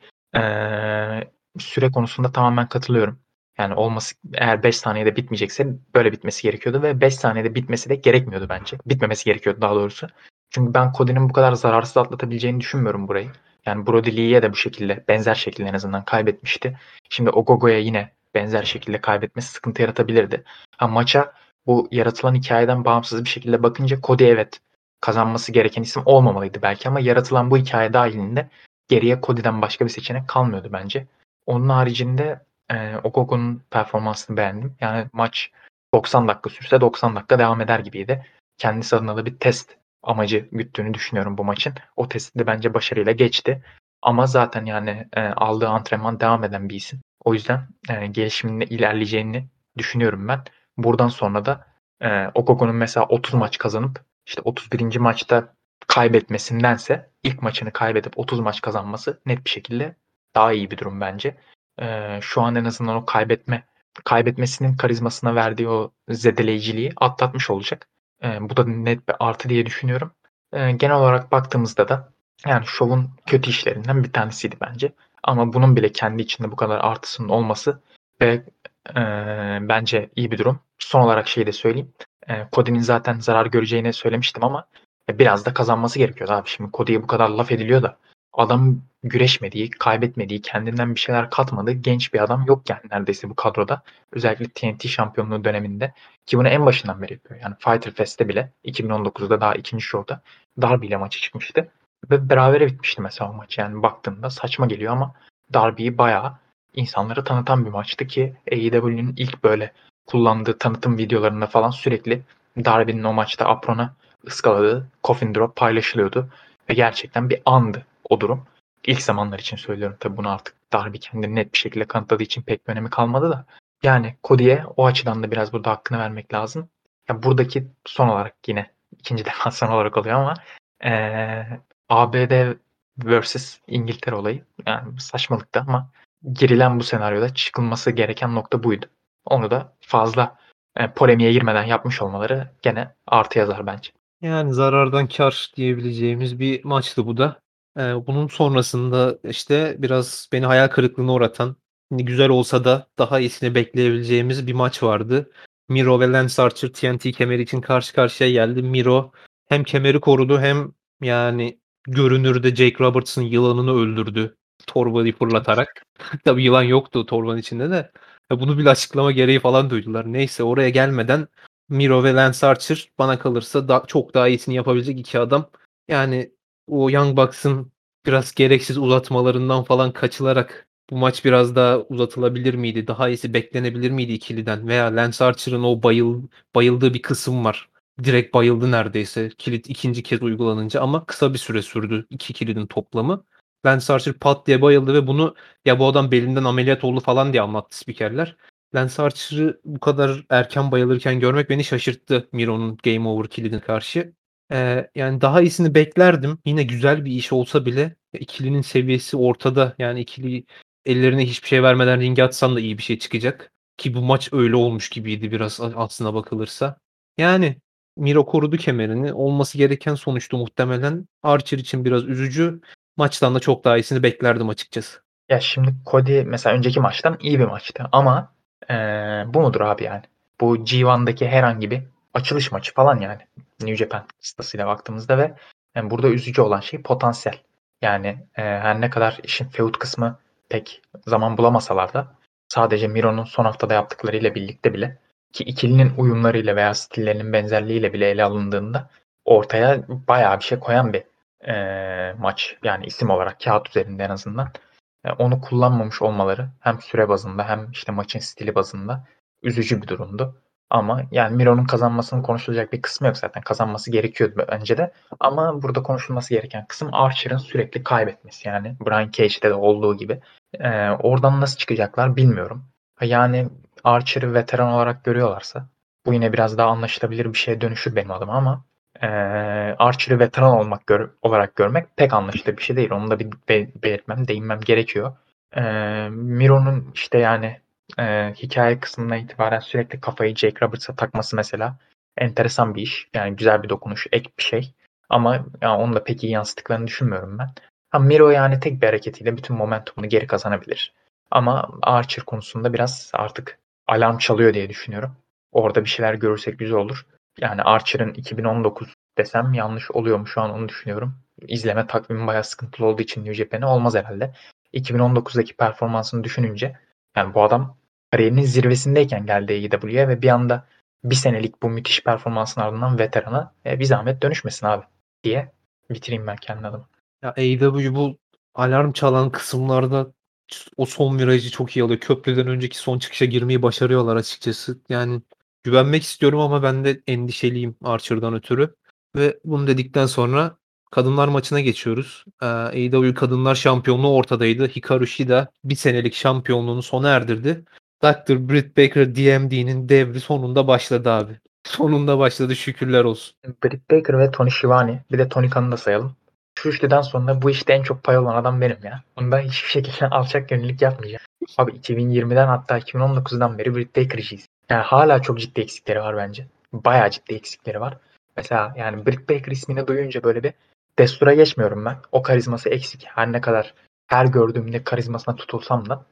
ee, süre konusunda tamamen katılıyorum. Yani olması, eğer beş saniyede bitmeyecekse böyle bitmesi gerekiyordu ve beş saniyede bitmesi de gerekmiyordu bence. Bitmemesi gerekiyordu daha doğrusu. Çünkü ben Cody'nin bu kadar zararsız atlatabileceğini düşünmüyorum burayı. Yani Brody Lee'ye de bu şekilde, benzer şekilde en azından kaybetmişti. Şimdi Ogogo'ya yine benzer şekilde kaybetmesi sıkıntı yaratabilirdi. Ha, maça bu yaratılan hikayeden bağımsız bir şekilde bakınca Cody evet kazanması gereken isim olmamalıydı belki ama yaratılan bu hikaye dahilinde geriye Cody'den başka bir seçenek kalmıyordu bence. Onun haricinde e, Ogogo'nun performansını beğendim. Yani maç doksan dakika sürse doksan dakika devam eder gibiydi. Kendisi adına da bir test amacı güttüğünü düşünüyorum bu maçın. O testi de bence başarıyla geçti. Ama zaten yani e, aldığı antrenman devam eden bir isim. O yüzden e, gelişiminde ilerleyeceğini düşünüyorum ben. Buradan sonra da Eee, Okogo'nun mesela otuz maç kazanıp işte otuz birinci maçta kaybetmesindense ilk maçını kaybedip otuz maç kazanması net bir şekilde daha iyi bir durum bence. Eee, şu an en azından o kaybetme kaybetmesinin karizmasına verdiği o zedeleyiciliği atlatmış olacak. Eee, bu da net bir artı diye düşünüyorum. Eee, genel olarak baktığımızda da yani şovun kötü işlerinden bir tanesiydi bence. Ama bunun bile kendi içinde bu kadar artısının olması ve eee, bence iyi bir durum. Son olarak şeyi de söyleyeyim. Eee, Cody'nin zaten zarar göreceğini söylemiştim ama e, biraz da kazanması gerekiyor abi. Şimdi Cody'ye bu kadar laf ediliyor da adam güreşmediği, kaybetmediği, kendinden bir şeyler katmadığı genç bir adam yok yani neredeyse bu kadroda. Özellikle T N T şampiyonluğu döneminde ki bunu en başından beri yapıyor. Yani Fighter Fest'te bile iki bin on dokuzda daha ikinci şovda Darby ile maçı çıkmıştı. Ve berabere bitmişti mesela o maç. Yani baktığında saçma geliyor ama Darby'yi bayağı insanlara tanıtan bir maçtı ki A E W'nin ilk böyle kullandığı tanıtım videolarında falan sürekli Darby'nin o maçta Apron'a ıskaladığı coffin drop paylaşılıyordu. Ve gerçekten bir andı o durum. İlk zamanlar için söylüyorum tabii bunu artık Darby kendini net bir şekilde kanıtladığı için pek bir önemi kalmadı da. Yani Cody'ye o açıdan da biraz burada hakkını vermek lazım. Ya buradaki son olarak yine ikinci defa son olarak oluyor ama ee, A B D versus İngiltere olayı yani saçmalıktı ama girilen bu senaryoda çıkılması gereken nokta buydu. Onu da fazla e, polemiğe girmeden yapmış olmaları gene artı yazar bence. Yani zarardan kâr diyebileceğimiz bir maçtı bu da. Eee, bunun sonrasında, işte, biraz beni hayal kırıklığına uğratan, hani, güzel olsa da daha iyisini bekleyebileceğimiz bir maç vardı. Miro ve Lance Archer T N T kemeri için karşı karşıya geldi. Miro hem kemeri korudu hem, yani, görünürde Jake Roberts'ın yılanını öldürdü torbayı fırlatarak. Tabii yılan yoktu torbanın içinde de. Ya, bunu bile açıklama gereği falan duydular. Neyse oraya gelmeden Miro ve Lance Archer bana kalırsa da çok daha iyisini yapabilecek iki adam. Yani o Young Bucks'ın biraz gereksiz uzatmalarından falan kaçılarak bu maç biraz daha uzatılabilir miydi? Daha iyisi beklenebilir miydi ikiliden? Veya Lance Archer'ın o bayıl bayıldığı bir kısım var. Direkt bayıldı neredeyse kilit ikinci kez uygulanınca ama kısa bir süre sürdü iki kilidin toplamı. Lance Archer pat diye bayıldı ve bunu ya bu adam belinden ameliyat oldu falan diye anlattı spikerler. Lance Archer'ı bu kadar erken bayılırken görmek beni şaşırttı Miro'nun Game Over kilidine karşı. Eee, yani daha iyisini beklerdim. Yine güzel bir iş olsa bile ikilinin seviyesi ortada. Yani ikili ellerine hiçbir şey vermeden ringe atsan da iyi bir şey çıkacak. Ki bu maç öyle olmuş gibiydi biraz a aslına bakılırsa. Yani Miro korudu kemerini. Olması gereken sonuçtu muhtemelen. Archer için biraz üzücü. Maçtan da çok daha iyisini beklerdim açıkçası. Ya şimdi Cody mesela önceki maçtan iyi bir maçtı ama eee, bu mudur abi yani? Bu G bir'daki herhangi bir açılış maçı falan yani. New Japan kıstasıyla baktığımızda ve yani burada üzücü olan şey potansiyel. Yani eee, her ne kadar işin feud kısmı pek zaman bulamasalar da sadece Miro'nun son haftada yaptıklarıyla birlikte bile ki ikilinin uyumlarıyla veya stillerinin benzerliğiyle bile ele alındığında ortaya bayağı bir şey koyan bir eee, maç. Yani isim olarak kağıt üzerinde en azından. Eee, onu kullanmamış olmaları hem süre bazında hem işte maçın stili bazında üzücü bir durumdu. Ama yani Miro'nun kazanmasının konuşulacak bir kısmı yok zaten. Kazanması gerekiyordu bence de. Ama burada konuşulması gereken kısım Archer'ın sürekli kaybetmesi. Yani Brian Cage'de de olduğu gibi. Eee, oradan nasıl çıkacaklar bilmiyorum. Yani Archer'ı veteran olarak görüyorlarsa bu yine biraz daha anlaşılabilir bir şeye dönüşür benim adıma ama eee Archer'ı veteran olmak gör, olarak görmek pek anlaşılır bir şey değil. Onu da bir be- belirtmem, değinmem gerekiyor. Eee Miro'nun işte yani eee hikaye kısmına itibaren sürekli kafayı Jake Roberts'a takması mesela enteresan bir iş. Yani güzel bir dokunuş, ek bir şey. Ama yani onu da pek iyi yansıttıklarını düşünmüyorum ben. Ha, Miro yani tek bir hareketiyle bütün momentumunu geri kazanabilir. Ama Archer konusunda biraz artık alarm çalıyor diye düşünüyorum. Orada bir şeyler görürsek güzel olur. Yani Archer'ın iki bin on dokuz desem yanlış oluyor mu şu an onu düşünüyorum. İzleme takvimi bayağı sıkıntılı olduğu için New Japan'e olmaz herhalde. iki bin on dokuzdaki performansını düşününce yani bu adam kariyerinin zirvesindeyken geldi A E W'ye ve bir anda bir senelik bu müthiş performansın ardından veterana e, bir zahmet dönüşmesin abi diye bitireyim ben kendi adıma. Ya, A E W bu alarm çalan kısımlarda o son virajı çok iyi alıyor. Köprüden önceki son çıkışa girmeyi başarıyorlar açıkçası. Yani güvenmek istiyorum ama ben de endişeliyim Archer'dan ötürü ve bunu dedikten sonra kadınlar maçına geçiyoruz. Eee, A E W Kadınlar Şampiyonluğu ortadaydı. Hikaru Shida bir senelik şampiyonluğunu sona erdirdi. doktor Britt Baker D M D'nin devri sonunda başladı abi. Sonunda başladı, şükürler olsun. Britt Baker ve Tony Schiavone, bir de Tony Khan'ı da sayalım. Şu üçlüden sonra bu işte en çok pay olan adam benim ya. Bunda hiçbir şekilde alçak gönüllülük yapmayacağım. Abi iki bin yirmiden hatta iki bin on dokuzdan beri Britt Baker'cıyız. Yani hala çok ciddi eksikleri var bence. Bayağı ciddi eksikleri var. Mesela yani Britt Baker ismini duyunca böyle bir destura geçmiyorum ben. O karizması eksik. Her ne kadar her gördüğümde karizmasına tutulsam da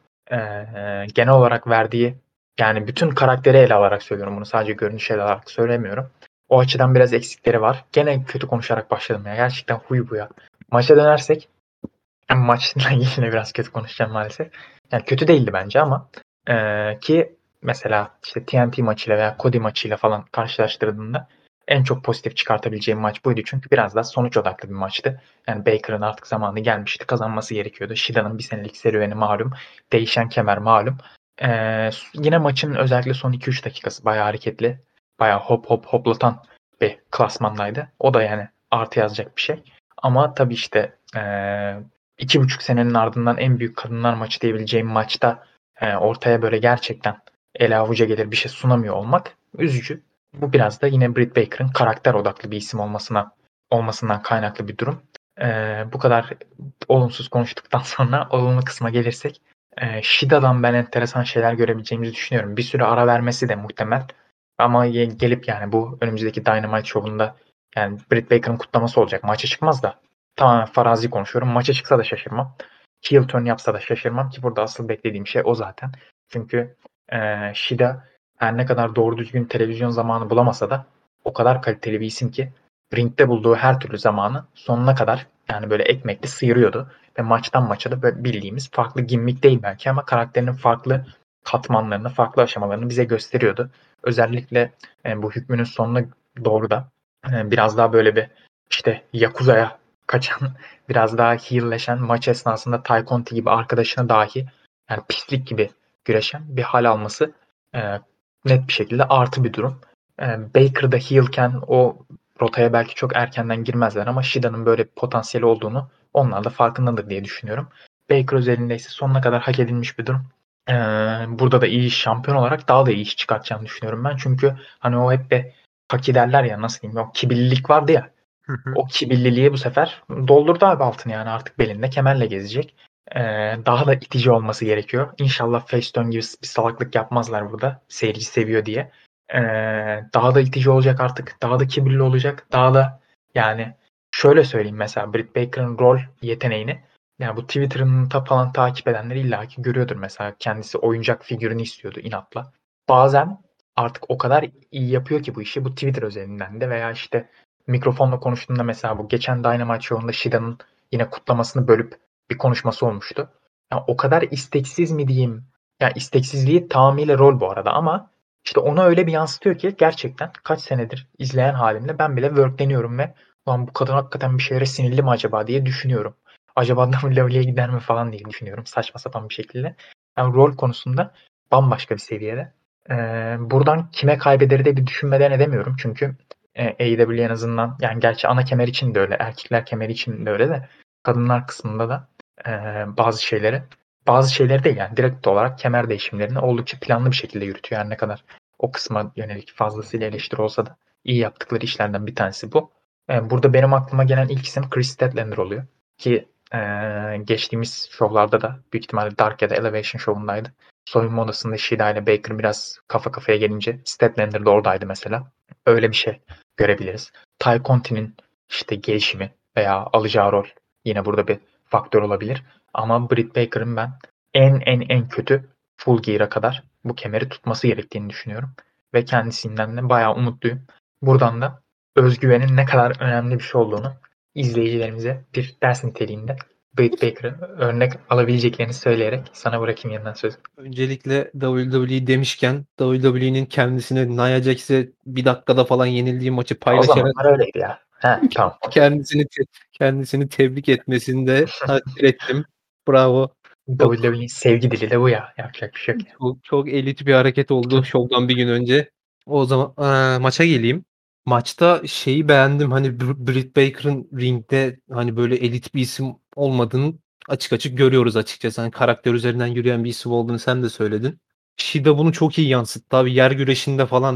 ee, genel olarak verdiği, yani bütün karakteri ele alarak söylüyorum bunu. Sadece görünüş ele alarak söylemiyorum. O açıdan biraz eksikleri var. Gene kötü konuşarak başladım ya. Gerçekten huy bu ya. Maça dönersek, yani maçla ilgili biraz kötü konuşacağım maalesef. Yani kötü değildi bence ama ee, ki mesela işte T N T maçıyla veya Cody maçıyla falan karşılaştırdığında en çok pozitif çıkartabileceğim maç buydu. Çünkü biraz daha sonuç odaklı bir maçtı. Yani Baker'ın artık zamanı gelmişti. Kazanması gerekiyordu. Shida'nın bir senelik serüveni malum. Değişen kemer malum. Ee, yine maçın özellikle son iki üç dakikası bayağı hareketli. Bayağı hop hop hoplatan bir klasmandaydı. O da yani artı yazacak bir şey. Ama tabii işte ee, iki buçuk senenin ardından en büyük kadınlar maçı diyebileceğim maçta e, ortaya böyle gerçekten ele avuca gelir bir şey sunamıyor olmak üzücü. Bu biraz da yine Britt Baker'ın karakter odaklı bir isim olmasına olmasından kaynaklı bir durum. E, bu kadar olumsuz konuştuktan sonra olumlu kısma gelirsek e, Shida'dan ben enteresan şeyler görebileceğimizi düşünüyorum. Bir süre ara vermesi de muhtemel. Ama gelip yani bu önümüzdeki Dynamite şovunda yani Britt Baker'ın kutlaması olacak. Maça çıkmaz da tamamen farazi konuşuyorum. Maça çıksa da şaşırmam. Heel turn yapsa da şaşırmam ki burada asıl beklediğim şey o zaten. Çünkü e, Shida her ne kadar doğru düzgün televizyon zamanı bulamasa da o kadar kaliteli bir isim ki ringde bulduğu her türlü zamanı sonuna kadar yani böyle ekmekli sıyırıyordu. Ve maçtan maça da böyle bildiğimiz farklı gimmick değil belki ama karakterinin farklı katmanlarını, farklı aşamalarını bize gösteriyordu. Özellikle e, bu hükmünün sonuna doğru da e, biraz daha böyle bir işte Yakuza'ya kaçan, biraz daha heelleşen, maç esnasında Tay Conti gibi arkadaşına dahi yani pislik gibi güreşen bir hal alması e, net bir şekilde artı bir durum. E, Baker'da heelken o rotaya belki çok erkenden girmezler ama Shida'nın böyle potansiyeli olduğunu onlar da farkındadır diye düşünüyorum. Baker özelinde ise sonuna kadar hak edilmiş bir durum. Ee, burada da iyi iş, şampiyon olarak daha da iyi iş çıkartacağını düşünüyorum ben. Çünkü hani o hep de kaki derler ya, nasıl diyeyim, o kibirlilik vardı ya. Hı hı. O kibirliliği bu sefer doldurdu abi altını, yani artık belinde kemerle gezecek. Ee, daha da itici olması gerekiyor. İnşallah Facetune gibi bir salaklık yapmazlar burada. Seyirci seviyor diye. Ee, daha da itici olacak artık. Daha da kibirli olacak. Daha da yani şöyle söyleyeyim, mesela Britt Baker'ın rol yeteneğini yani bu Twitter'ın ta falan takip edenler illaki görüyordur. Mesela kendisi oyuncak figürünü istiyordu inatla. Bazen artık o kadar iyi yapıyor ki bu işi, bu Twitter özelinden de veya işte mikrofonla konuştuğunda mesela bu geçen Dynamite Show'unda Shida'nın yine kutlamasını bölüp bir konuşması olmuştu. Yani o kadar isteksiz mi diyeyim? Yani isteksizliği tamamıyla rol bu arada ama işte onu öyle bir yansıtıyor ki gerçekten kaç senedir izleyen halimle ben bile workleniyorum ve lan bu kadın hakikaten bir şeylere sinirli mi acaba diye düşünüyorum. Acaba W W E'ye gider mi falan diye düşünüyorum saçma sapan bir şekilde. Yani rol konusunda bambaşka bir seviyede. Ee, buradan kime kaybederi de bir düşünmeden edemiyorum. Çünkü e, A E W en azından, yani gerçi ana kemer için de öyle, erkekler kemeri için de öyle de kadınlar kısmında da e, bazı şeyleri bazı şeyleri değil yani direkt olarak kemer değişimlerini oldukça planlı bir şekilde yürütüyor. Her ne kadar o kısma yönelik fazlasıyla eleştiri olsa da iyi yaptıkları işlerden bir tanesi bu. E, burada benim aklıma gelen ilk isim Chris Statlander oluyor. Ki e, geçtiğimiz şovlarda da büyük ihtimalle Dark ya da Elevation şovundaydı. Soyunma odasında Shida ile Baker biraz kafa kafaya gelince Statlander de oradaydı mesela. Öyle bir şey görebiliriz. Ty Conti'nin işte gelişimi veya alacağı rol yine burada bir faktör olabilir. Ama Britt Baker'ın ben en en en kötü Full Gear'a kadar bu kemeri tutması gerektiğini düşünüyorum. Ve kendisinden de bayağı umutluyum. Buradan da özgüvenin ne kadar önemli bir şey olduğunu izleyicilerimize bir ders niteliğinde Britt Baker'ı örnek alabileceklerini söyleyerek sana bırakayım yeniden sözü. Öncelikle W W E demişken W W E'nin kendisine Nia Jax'e bir dakikada falan yenildiği maçı Ya o paylaşarak zamanlar öyleydi ya. He, tamam, okey. kendisini te kendisini tebrik etmesini de takdir ettim. Bravo. Çok W W E'nin sevgi dili de bu ya. Yapacak bir şey yok ya. çok çok elit bir hareket oldu şovdan bir gün önce. O zaman, eee, maça geleyim. Maçta şeyi beğendim, hani Br Britt Baker'ın ringde, hani, böyle elit bir isim olmadığını açık açık görüyoruz açıkçası. Hani, karakter üzerinden yürüyen bir isim olduğunu sen de söyledin. Shida bunu çok iyi yansıttı abi. Yer güreşinde falan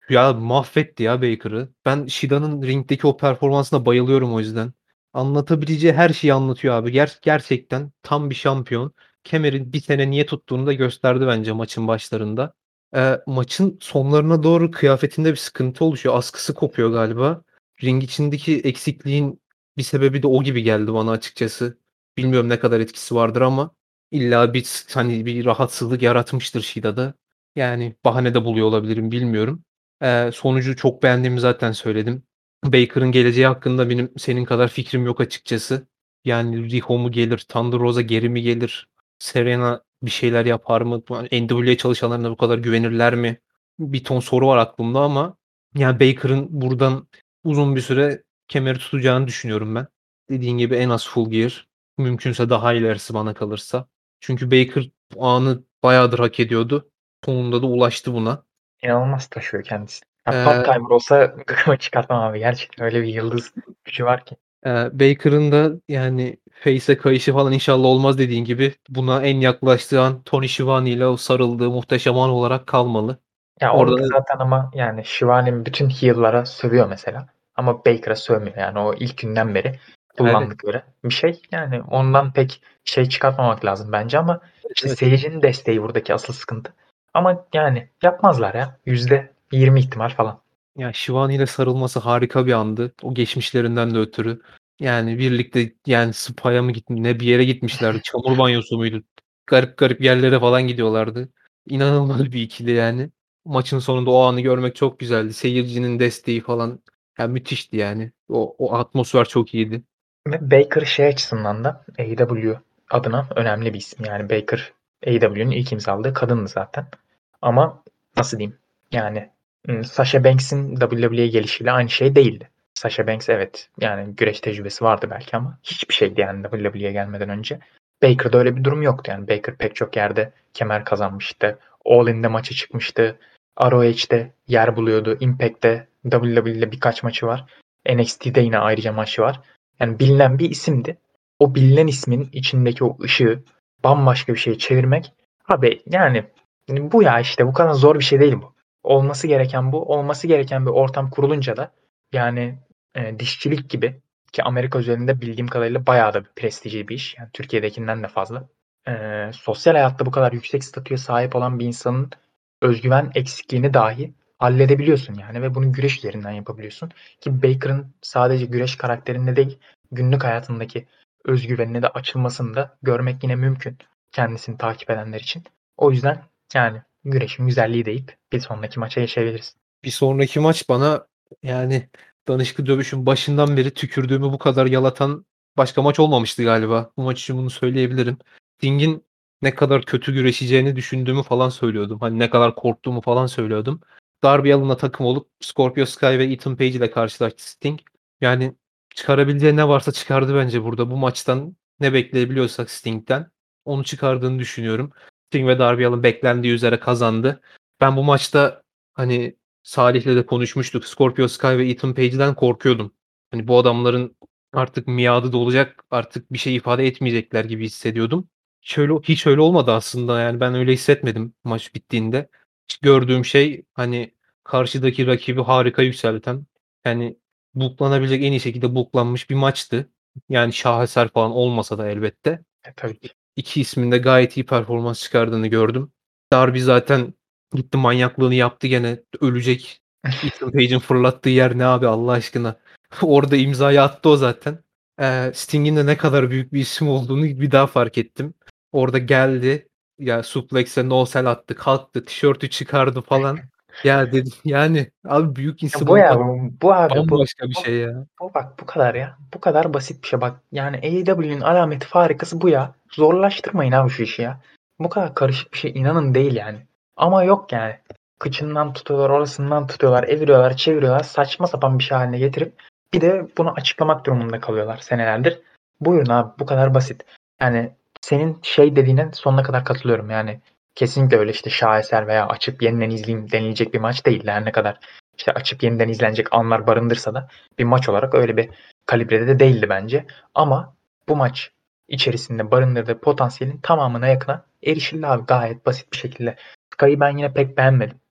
Ya mahvetti ya Baker'ı. Ben Shida'nın ringdeki o performansına bayılıyorum o yüzden. Anlatabileceği her şeyi anlatıyor abi. Ger gerçekten tam bir şampiyon. Kemer'in bir sene niye tuttuğunu da gösterdi bence maçın başlarında. Eee, maçın sonlarına doğru kıyafetinde bir sıkıntı oluşuyor. Askısı kopuyor galiba. Ring içindeki eksikliğin bir sebebi de o gibi geldi bana açıkçası. Bilmiyorum ne kadar etkisi vardır ama illa bir s hani bir rahatsızlık yaratmıştır Shida'da. Yani bahane de buluyor olabilirim, bilmiyorum. Eee, sonucu çok beğendiğimi zaten söyledim. Baker'ın geleceği hakkında benim senin kadar fikrim yok açıkçası. Yani Riho mu gelir, Thunder Rosa geri mi gelir, Serena bir şeyler yapar mı? N W A çalışanlarına bu kadar güvenirler mi? Bir ton soru var aklımda ama yani Baker'ın buradan uzun bir süre kemeri tutacağını düşünüyorum ben. Dediğin gibi en az Full Gear, mümkünse daha ilerisi bana kalırsa. Çünkü Baker bu anı bayağıdır hak ediyordu. Sonunda da ulaştı buna. İnanılmaz taşıyor kendisi. Ya Eee part-timer olsa gıkımı çıkartmam abi. Gerçekten öyle bir yıldız gücü var ki. Eee, Baker'ın da yani face'e kayışı falan inşallah olmaz dediğin gibi. Buna en yaklaştığı an Tony Schiavone ile o sarıldığı muhteşem an olarak kalmalı. Ya Orada onu da zaten ama yani Shivani'nin bütün heel'lara sövüyor mesela. Ama Baker'a sövmüyor. Yani o ilk günden beri evet, kullandıkları bir şey. Yani ondan pek şey çıkartmamak lazım bence ama evet, işte evet. seyircinin desteği buradaki asıl sıkıntı. Ama yani yapmazlar ya. yüzde yirmi ihtimal falan. Ya Schiavone ile sarılması harika bir andı. O geçmişlerinden de ötürü. Yani birlikte yani spa'ya mı gitmiş ne bir yere gitmişlerdi. Çamur banyosu muydu? Garip garip yerlere falan gidiyorlardı. İnanılmaz bir ikili yani. Maçın sonunda o anı görmek çok güzeldi. Seyircinin desteği falan ya müthişti yani. O o atmosfer çok iyiydi. Ve Baker şey açısından da A E W adına önemli bir isim. Yani Baker A E W'nin ilk imzaladığı kadındı zaten. Ama nasıl diyeyim? Yani ım, Sasha Banks'in W W E'ye gelişiyle aynı şey değildi. Sasha Banks evet yani güreş tecrübesi vardı belki ama hiçbir şeydi yani W W E'ye gelmeden önce. Baker'da öyle bir durum yoktu yani. Baker pek çok yerde kemer kazanmıştı. All In'de maçı çıkmıştı. R O H'de yer buluyordu. Impact'te W W E'de birkaç maçı var. N X T'de yine ayrıca maçı var. Yani bilinen bir isimdi. O bilinen ismin içindeki o ışığı bambaşka bir şeye çevirmek abi yani bu ya işte bu kadar zor bir şey değil bu. Olması gereken bu. Olması gereken bir ortam kurulunca da yani e, dişçilik gibi ki Amerika üzerinde bildiğim kadarıyla bayağı da bir prestijli bir iş. Yani Türkiye'dekinden de fazla. E, sosyal hayatta bu kadar yüksek statüye sahip olan bir insanın özgüven eksikliğini dahi halledebiliyorsun yani ve bunu güreş üzerinden yapabiliyorsun. Ki Baker'ın sadece güreş karakterinde değil günlük hayatındaki özgüvenine de açılmasını da görmek yine mümkün kendisini takip edenler için. O yüzden yani güreşin güzelliği deyip bir sonraki maça geçebiliriz. Bir sonraki maç bana yani danışıklı dövüşün başından beri tükürdüğümü bu kadar yalatan başka maç olmamıştı galiba. Bu maç için bunu söyleyebilirim. Sting'in ne kadar kötü güreşeceğini düşündüğümü falan söylüyordum. Hani ne kadar korktuğumu falan söylüyordum. Darby Allin'la takım olup Scorpio Sky ve Ethan Page ile karşılaştı Sting. Yani çıkarabileceği ne varsa çıkardı bence burada. Bu maçtan ne bekleyebiliyorsak Sting'den onu çıkardığını düşünüyorum. Sting ve Darby Allin beklendiği üzere kazandı. Ben bu maçta hani Salih'le de konuşmuştuk. Scorpio Sky ve Ethan Page'den korkuyordum. Hani bu adamların artık miadı dolacak, artık bir şey ifade etmeyecekler gibi hissediyordum. Şöyle hiç öyle olmadı aslında yani ben öyle hissetmedim maç bittiğinde. Gördüğüm şey hani karşıdaki rakibi harika yükselten, yani booklanabilecek en iyi şekilde booklanmış bir maçtı. Yani şaheser falan olmasa da elbette. E, tabii ki. İki ismin de gayet iyi performans çıkardığını gördüm. Darby zaten gitti manyaklığını yaptı gene. Ölecek. Ethan Page'in fırlattığı yer ne abi Allah aşkına. Orada imzayı attı o zaten. Eee, Sting'in de ne kadar büyük bir isim olduğunu bir daha fark ettim. Orada geldi. Ya suplex'e no sell attı. Kalktı. Tişörtü çıkardı falan. Ya dedim yani abi büyük Ya isim bu ya olmak bu, bu abi bu, bambaşka bir bu şey ya. bu bak bu kadar ya. Bu kadar basit bir şey bak. Yani A E W'nin alameti farikası bu ya. Zorlaştırmayın abi şu işi ya. Bu kadar karışık bir şey inanın değil yani. Ama yok yani. Kıçından tutuyorlar, orasından tutuyorlar, eviriyorlar, çeviriyorlar. Saçma sapan bir şey haline getirip bir de bunu açıklamak durumunda kalıyorlar senelerdir. Buyurun abi bu kadar basit. Yani senin şey dediğine sonuna kadar katılıyorum. Yani kesinlikle öyle işte şaheser veya açıp yeniden izleyeyim denilecek bir maç değil. Her ne kadar işte açıp yeniden izlenecek anlar barındırsa da bir maç olarak öyle bir kalibrede de değildi bence. Ama bu maç içerisinde barındırdığı potansiyelin tamamına yakına erişildi abi gayet basit bir şekilde. Sky'ı ben yine pek beğenmedim.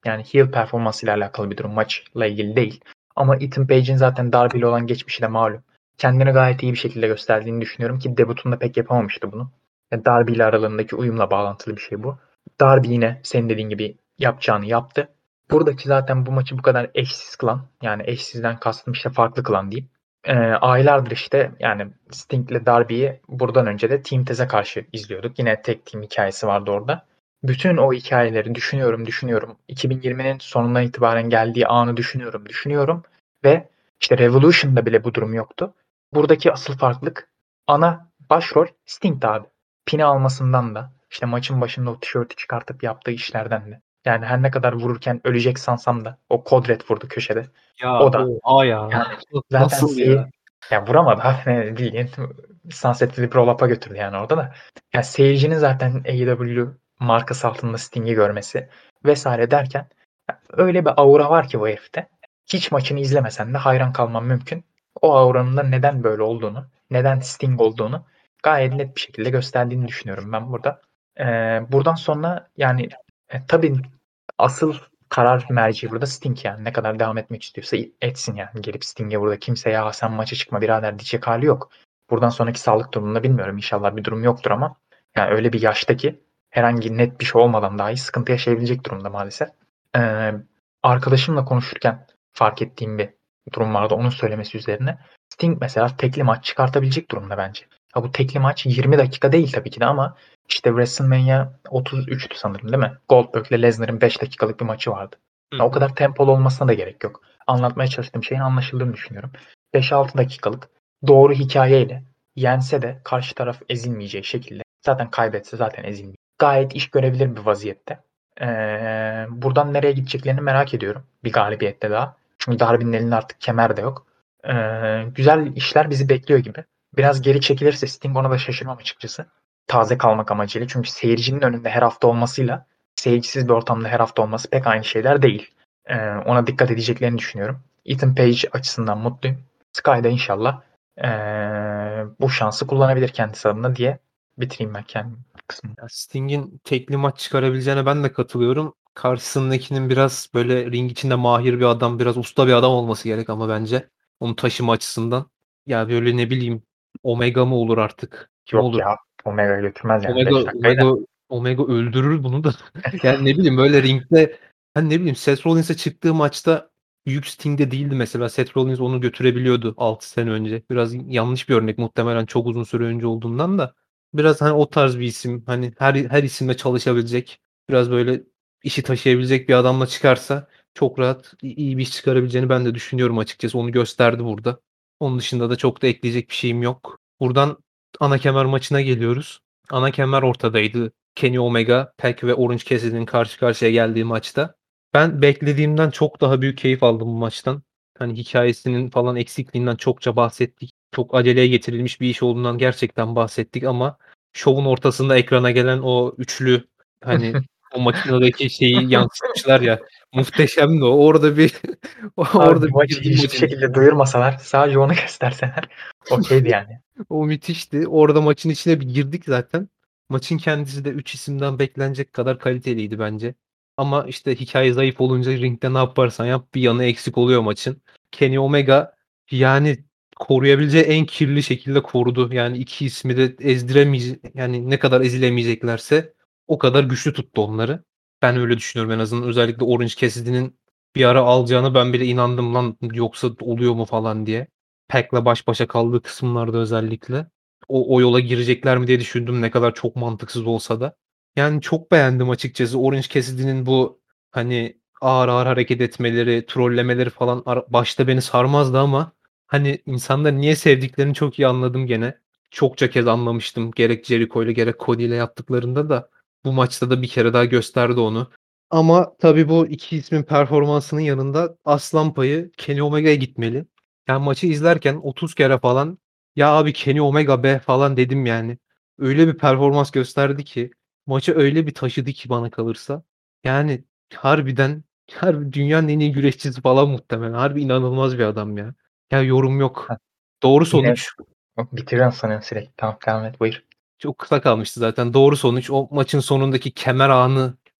Yani heel performansıyla alakalı bir durum. Maçla ilgili değil. Ama Ethan Page'in zaten Darby ile olan geçmişi de malum. Kendini gayet iyi bir şekilde gösterdiğini düşünüyorum ki debutunda pek yapamamıştı bunu. Yani Darby ile aralarındaki uyumla bağlantılı bir şey bu. Darby yine senin dediğin gibi yapacağını yaptı. Buradaki zaten bu maçı bu kadar eşsiz kılan, yani eşsizden kastım işte farklı kılan diyeyim. Ee, aylardır işte yani Sting ile Darby'yi buradan önce de Team Taz'e karşı izliyorduk. Yine tek team hikayesi vardı orada. Bütün o hikayeleri düşünüyorum, düşünüyorum. iki bin yirminin sonundan itibaren geldiği anı düşünüyorum, düşünüyorum. Ve işte Revolution'da bile bu durum yoktu. Buradaki asıl farklılık ana başrol Sting abi. Pini almasından da işte maçın başında o tişörtü çıkartıp yaptığı işlerden de. Yani her ne kadar vururken ölecek sansam da o Kodret vurdu köşede. Ya O da oha ya. yani zaten Nasıl seyir ya? ya vuramadı abi bildiğin Sunset Flip Roll-Up'a götürdü yani orada da. Ya seyircinin zaten A E W markası altında Sting'i görmesi vesaire derken öyle bir aura var ki bu herifte. Hiç maçını izlemesen de hayran kalman mümkün. O auranın da neden böyle olduğunu, neden Sting olduğunu gayet net bir şekilde gösterdiğini düşünüyorum ben burada. Ee, buradan sonra yani e, tabii asıl karar merci burada Sting yani. Ne kadar devam etmek istiyorsa etsin yani. Gelip Sting'e burada kimse ya sen maça çıkma birader diyecek hali yok. Buradan sonraki sağlık durumunda bilmiyorum. İnşallah bir durum yoktur ama yani öyle bir yaştaki herhangi net bir şey olmadan dahi sıkıntı yaşayabilecek durumda maalesef. Ee, arkadaşımla konuşurken fark ettiğim bir durum vardı onun söylemesi üzerine. Sting mesela tekli maç çıkartabilecek durumda bence. Ha bu tekli maç yirmi dakika değil tabii ki de ama işte WrestleMania otuz üçtü sanırım değil mi? Goldberg ile Lesnar'ın beş dakikalık bir maçı vardı. Hı Ya o hı. kadar tempolu olmasına da gerek yok. Anlatmaya çalıştığım şeyin anlaşıldığını düşünüyorum. beş altı dakikalık doğru hikayeyle yense de karşı taraf ezilmeyeceği şekilde zaten kaybetse zaten ezilmeyecek. Gayet iş görebilir bir vaziyette. Ee, buradan nereye gideceklerini merak ediyorum. Bir galibiyette daha. Çünkü Darby'nin elinde artık kemer de yok. Ee, güzel işler bizi bekliyor gibi. Biraz geri çekilirse Sting ona da şaşırmam açıkçası. Taze kalmak amacıyla. Çünkü seyircinin önünde her hafta olmasıyla seyircisiz bir ortamda her hafta olması pek aynı şeyler değil. Ee, ona dikkat edeceklerini düşünüyorum. Ethan Page açısından mutluyum. Sky da inşallah ee, bu şansı kullanabilir kendisi adına diye bitireyim ben kendim kısmını. Ya Sting'in tekli maç çıkarabileceğine ben de katılıyorum. Karşısındakinin biraz böyle ring içinde mahir bir adam, biraz usta bir adam olması gerek ama bence onu taşıma açısından. Ya böyle ne bileyim Omega mı olur artık? Kim Yok olur? ya Omega'ya götürmez yani Omega beş dakikayı da. Omega Omega öldürür bunu da. Yani ne bileyim böyle ringde hani ne bileyim Seth Rollins'e çıktığı maçta büyük Sting'de değildi mesela. Seth Rollins onu götürebiliyordu altı sene önce. Biraz yanlış bir örnek muhtemelen çok uzun süre önce olduğundan da. Biraz hani o tarz bir isim. Hani her her isimle çalışabilecek. Biraz böyle işi taşıyabilecek bir adamla çıkarsa çok rahat i- iyi bir iş çıkarabileceğini ben de düşünüyorum açıkçası. Onu gösterdi burada. Onun dışında da çok da ekleyecek bir şeyim yok. Buradan ana kemer maçına geliyoruz. Ana kemer ortadaydı. Kenny Omega, Pac ve Orange Cassidy'nin karşı karşıya geldiği maçta. Ben beklediğimden çok daha büyük keyif aldım bu maçtan. Hani hikayesinin falan eksikliğinden çokça bahsettik. Çok aceleye getirilmiş bir iş olduğundan gerçekten bahsettik ama şovun ortasında ekrana gelen o üçlü hani o makinedeki şeyi yansıtmışlar ya muhteşemdi o. Orada bir Abi orada bu bir maçı girdim hiçbir maçın şekilde içine. duyurmasalar sadece onu gösterseler okeydi yani. O müthişti. Orada maçın içine bir girdik zaten. Maçın kendisi de üç isimden beklenecek kadar kaliteliydi bence. Ama işte hikaye zayıf olunca ringde ne yaparsan yap bir yanı eksik oluyor maçın. Kenny Omega yani koruyabileceği en kirli şekilde korudu. Yani iki ismi de ezdiremeyecek yani ne kadar ezilemeyeceklerse o kadar güçlü tuttu onları. Ben öyle düşünüyorum en azından. Özellikle Orange Cassidy'nin bir ara alacağını ben bile inandım lan yoksa oluyor mu falan diye. Pac'le baş başa kaldığı kısımlarda özellikle. O, o yola girecekler mi diye düşündüm ne kadar çok mantıksız olsa da. Yani çok beğendim açıkçası. Orange Cassidy'nin bu hani ağır ağır hareket etmeleri, trollemeleri falan ara- başta beni sarmazdı ama hani insanlar niye sevdiklerini çok iyi anladım gene. Çokça kez anlamıştım. Gerek Jericho ile gerek Cody ile yaptıklarında da bu maçta da bir kere daha gösterdi onu. Ama tabii bu iki ismin performansının yanında aslan payı Kenny Omega'ya gitmeli. Yani maçı izlerken otuz kere falan ya abi Kenny Omega be falan dedim yani. Öyle bir performans gösterdi ki maçı öyle bir taşıdı ki bana kalırsa. Yani harbiden harbi dünyanın en iyi güreşçisi falan muhtemelen. Harbi inanılmaz bir adam ya. Ya yorum yok. Ha, Doğru yine sonuç. bitiriyorum sanıyorum sürekli. Tamam devam et buyur. Çok kısa kalmıştı zaten. Doğru sonuç o maçın sonundaki kemer anı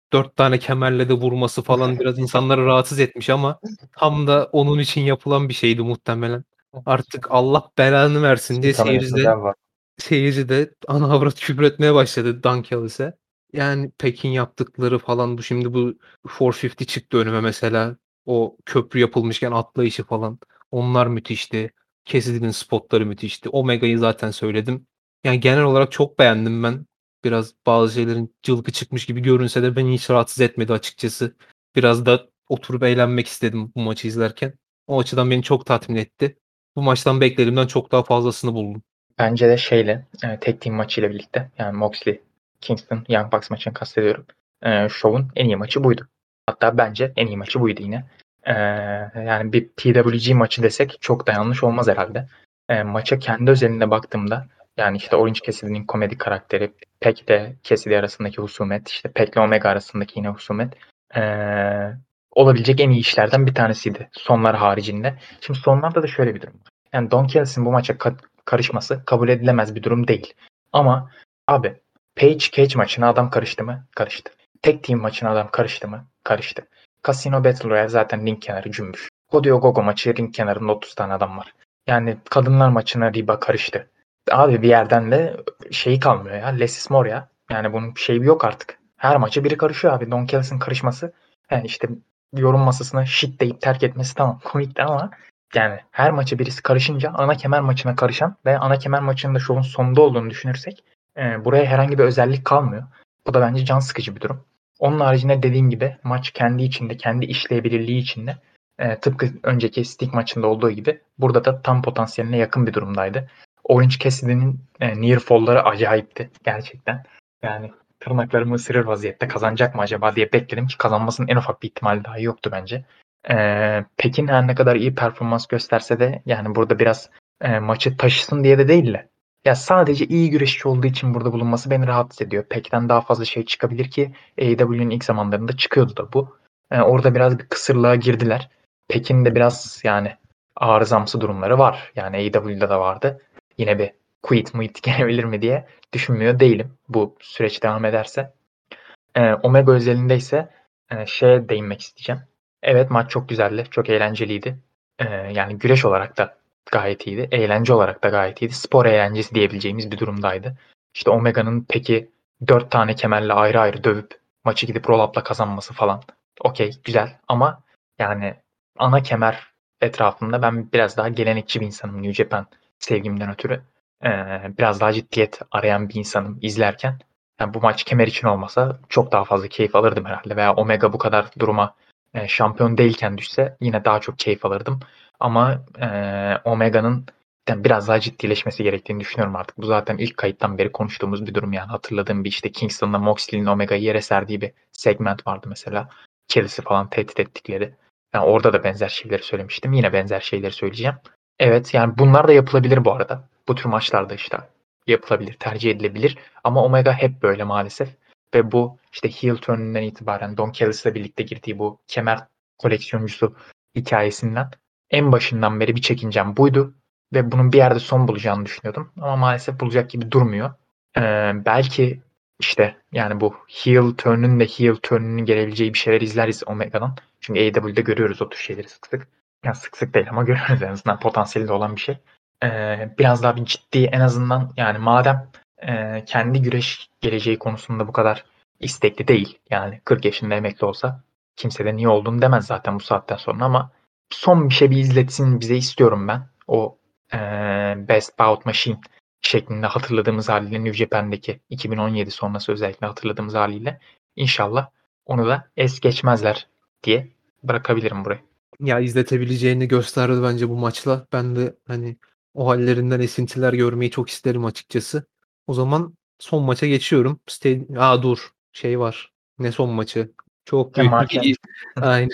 dört tane kemerle de vurması falan biraz insanları rahatsız etmiş ama tam da onun için yapılan bir şeydi muhtemelen. Artık Allah belanı versin diye Şimdi seyirci tanıyorsunuz de abi var. seyirci de ana avrat küfretmeye başladı Dunkel'ise. Yani Pek'in yaptıkları falan bu şimdi bu dört yüz elli çıktı önüme mesela. O köprü yapılmışken atlayışı falan. Onlar müthişti. Cassidy'nin spotları müthişti. Omega'yı zaten söyledim. Yani genel olarak çok beğendim ben. Biraz bazı şeylerin cılkı çıkmış gibi görünse de beni hiç rahatsız etmedi açıkçası. Biraz da oturup eğlenmek istedim bu maçı izlerken. O açıdan beni çok tatmin etti. Bu maçtan beklediğimden çok daha fazlasını buldum. Bence de şeyle e, tek team maçıyla birlikte yani Moxley, Kingston, Young Bucks maçını kastediyorum. E, Show'un en iyi maçı buydu. Hatta bence en iyi maçı buydu yine. E, yani bir P W G maçı desek çok da yanlış olmaz herhalde. E, maça kendi özelinde baktığımda yani işte Orange Cassidy'nin komedi karakteri, Pac ile Cassidy arasındaki husumet, işte Pac ile Omega arasındaki yine husumet e, olabilecek en iyi işlerden bir tanesiydi. Sonlar haricinde. Şimdi sonlarda da şöyle bir durum var. Yani Don Callis'in bu maça kat- karışması kabul edilemez bir durum değil. Ama abi Page Cage maçına adam karıştı mı? Karıştı. Tek team maçına adam karıştı mı? Karıştı. Casino Battle Royale zaten ring kenarı cümbüş. Cody Gogo maçı ring kenarında otuz tane adam var. Yani kadınlar maçına Riba karıştı. Abi bir yerden de şeyi kalmıyor ya. Less is more ya. Yani bunun bir şeyi yok artık. Her maça biri karışıyor abi. Don Callis'in karışması. Yani işte yorum masasına shit deyip terk etmesi tamam komikti ama yani her maça birisi karışınca ana kemer maçına karışan ve ana kemer maçının da şovun sonunda olduğunu düşünürsek e, buraya herhangi bir özellik kalmıyor. Bu da bence can sıkıcı bir durum. Onun haricinde dediğim gibi maç kendi içinde, kendi işleyebilirliği içinde e, tıpkı önceki Sting maçında olduğu gibi burada da tam potansiyeline yakın bir durumdaydı. Orange Cassidy'nin e, near fall'ları acayipti gerçekten. Yani tırnaklarımı ısırır vaziyette kazanacak mı acaba diye bekledim ki kazanmasının en ufak bir ihtimali dahi yoktu bence. Ee, Pekin her ne kadar iyi performans gösterse de yani burada biraz e, maçı taşısın diye de değil de ya sadece iyi güreşçi olduğu için burada bulunması beni rahatsız ediyor. Pek'ten daha fazla şey çıkabilir ki A E W'nin ilk zamanlarında çıkıyordu da bu. Ee, orada biraz bir kısırlığa girdiler. Pekin de biraz yani arızamsı durumları var. Yani A E W'de de vardı. Yine bir quit muit gelebilir mi diye düşünmüyor değilim bu süreç devam ederse. Ee, Omega özelinde ise e, şeye değinmek isteyeceğim. Evet maç çok güzeldi. Çok eğlenceliydi. Ee, yani güreş olarak da gayet iyiydi. Eğlence olarak da gayet iyiydi. Spor eğlencesi diyebileceğimiz bir durumdaydı. İşte Omega'nın peki dört tane kemerle ayrı ayrı dövüp maçı gidip roll-up'la kazanması falan. Okey güzel ama yani ana kemer etrafında ben biraz daha gelenekçi bir insanım New Japan sevgimden ötürü. Ee, biraz daha ciddiyet arayan bir insanım izlerken. Yani bu maç kemer için olmasa çok daha fazla keyif alırdım herhalde. Veya Omega bu kadar duruma e, şampiyon değilken düşse yine daha çok keyif alırdım. Ama e, Omega'nın yani biraz daha ciddileşmesi gerektiğini düşünüyorum artık. Bu zaten ilk kayıttan beri konuştuğumuz bir durum yani. Hatırladığım bir işte Kingston'la Moxley'nin Omega'yı yere serdiği bir segment vardı mesela. Kelly'si falan tehdit ettikleri. Yani orada da benzer şeyleri söylemiştim. Yine benzer şeyleri söyleyeceğim. Evet yani bunlar da yapılabilir bu arada. Bu tür maçlarda işte yapılabilir, tercih edilebilir. Ama Omega hep böyle maalesef. Ve bu işte heel turn'ünden itibaren Don Callis'le birlikte girdiği bu kemer koleksiyoncusu hikayesinden en başından beri bir çekincem buydu. Ve bunun bir yerde son bulacağını düşünüyordum. Ama maalesef bulacak gibi durmuyor. Ee, belki işte yani bu heel turn'ün de heel turn'ünün gelebileceği bir şeyler izleriz Omega'dan. Çünkü A E W'de görüyoruz o tür şeyleri sık sık. Yani sık sık değil ama görüyoruz en azından potansiyeli de olan bir şey. Ee, biraz daha bir ciddi en azından yani madem e, kendi güreş geleceği konusunda bu kadar istekli değil. Yani kırk yaşında emekli olsa kimse de niye olduğunu demez zaten bu saatten sonra ama son bir şey bir izletsin bize istiyorum ben. O e, Best Bout Machine şeklinde hatırladığımız haliyle New Japan'daki iki bin on yedi sonrası özellikle hatırladığımız haliyle inşallah onu da es geçmezler diye bırakabilirim burayı. Ya izletebileceğini gösterdi bence bu maçla. Ben de hani o hallerinden esintiler görmeyi çok isterim açıkçası. O zaman son maça geçiyorum. Stad A, dur. Şey var. Ne son maçı? Çok Ya büyük Mark bir aynen.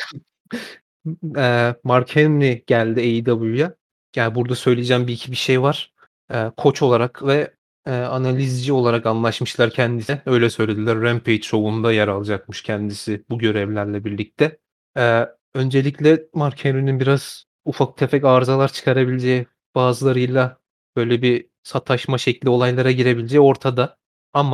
Eee, Mark Henry geldi A E W'ya. Ya burada söyleyeceğim bir iki bir şey var. Eee, koç olarak ve eee, analizci olarak anlaşmışlar kendisi. Öyle söylediler. Rampage şovunda yer alacakmış kendisi bu görevlerle birlikte. Eee, öncelikle Mark Henry'nin biraz ufak tefek arızalar çıkarabileceği, bazılarıyla böyle bir sataşma şekli olaylara girebileceği ortada. Ama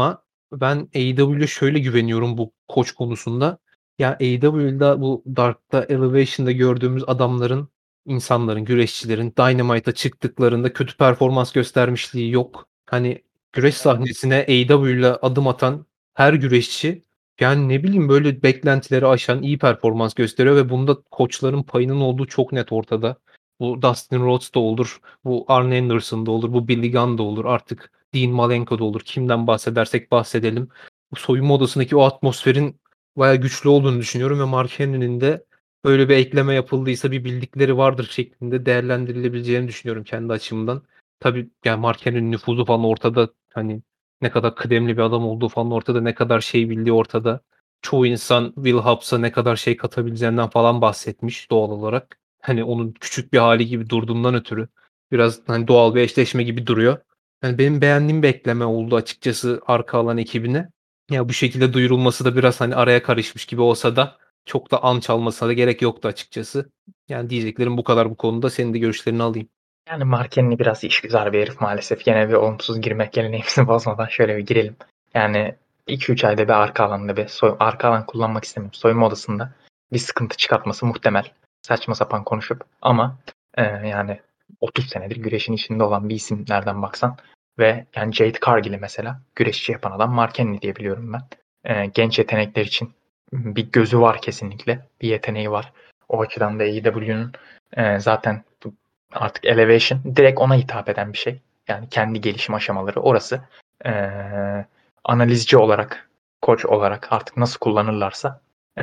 Ben A E W'ye şöyle güveniyorum bu koç konusunda. Ya, A E W'da bu Dark'ta, Elevation'da gördüğümüz adamların, insanların, güreşçilerin Dynamite'a çıktıklarında kötü performans göstermişliği yok. Hani, güreş sahnesine A E W'yle adım atan her güreşçi, yani, ne bileyim, böyle beklentileri aşan iyi performans gösteriyor ve bunda koçların payının olduğu çok net ortada. Bu Dustin Rhodes da olur, bu Arn Anderson da olur, bu Billy Gunn da olur, artık Dean Malenko da olur. Kimden bahsedersek bahsedelim. Bu soyunma odasındaki o atmosferin bayağı güçlü olduğunu düşünüyorum ve Mark Henry'nin de öyle bir ekleme yapıldıysa bir bildikleri vardır şeklinde değerlendirilebileceğini düşünüyorum kendi açımdan. Tabii, yani, Mark Henry'nin nüfuzu falan ortada. Hani, ne kadar kıdemli bir adam olduğu falan ortada. Ne kadar şey bildiği ortada. Çoğu insan Will Hobbs'a ne kadar şey katabileceğinden falan bahsetmiş doğal olarak. Hani, onun küçük bir hâli gibi durduğundan ötürü biraz, hani, doğal bir eşleşme gibi duruyor. Yani, benim beğendiğim bir ekleme oldu açıkçası arka alan ekibine. Ya, bu şekilde duyurulması da biraz, hani, araya karışmış gibi olsa da çok da an çalmasına da gerek yoktu açıkçası. Yani, diyeceklerim bu kadar bu konuda. Senin de görüşlerini alayım. Yani Mark Henry biraz işgüzar bir herif maalesef. Gene bir olumsuz girmek geleneğimizi bozmadan şöyle bir girelim. Yani iki üç ayda bir arka alanda bir soy, arka alan kullanmak istemiyorum. Soyunma odasında bir sıkıntı çıkartması muhtemel. Saçma sapan konuşup ama e, yani otuz senedir güreşin içinde olan bir isim nereden baksan ve yani Jade Cargill'i mesela güreşçi yapan adam Mark Henry diye biliyorum ben. E, genç yetenekler için bir gözü var kesinlikle. Bir yeteneği var. O açıdan da A E W'nun e, zaten artık Elevation direkt ona hitap eden bir şey. Yani kendi gelişim aşamaları orası. Ee, analizci olarak, koç olarak artık nasıl kullanırlarsa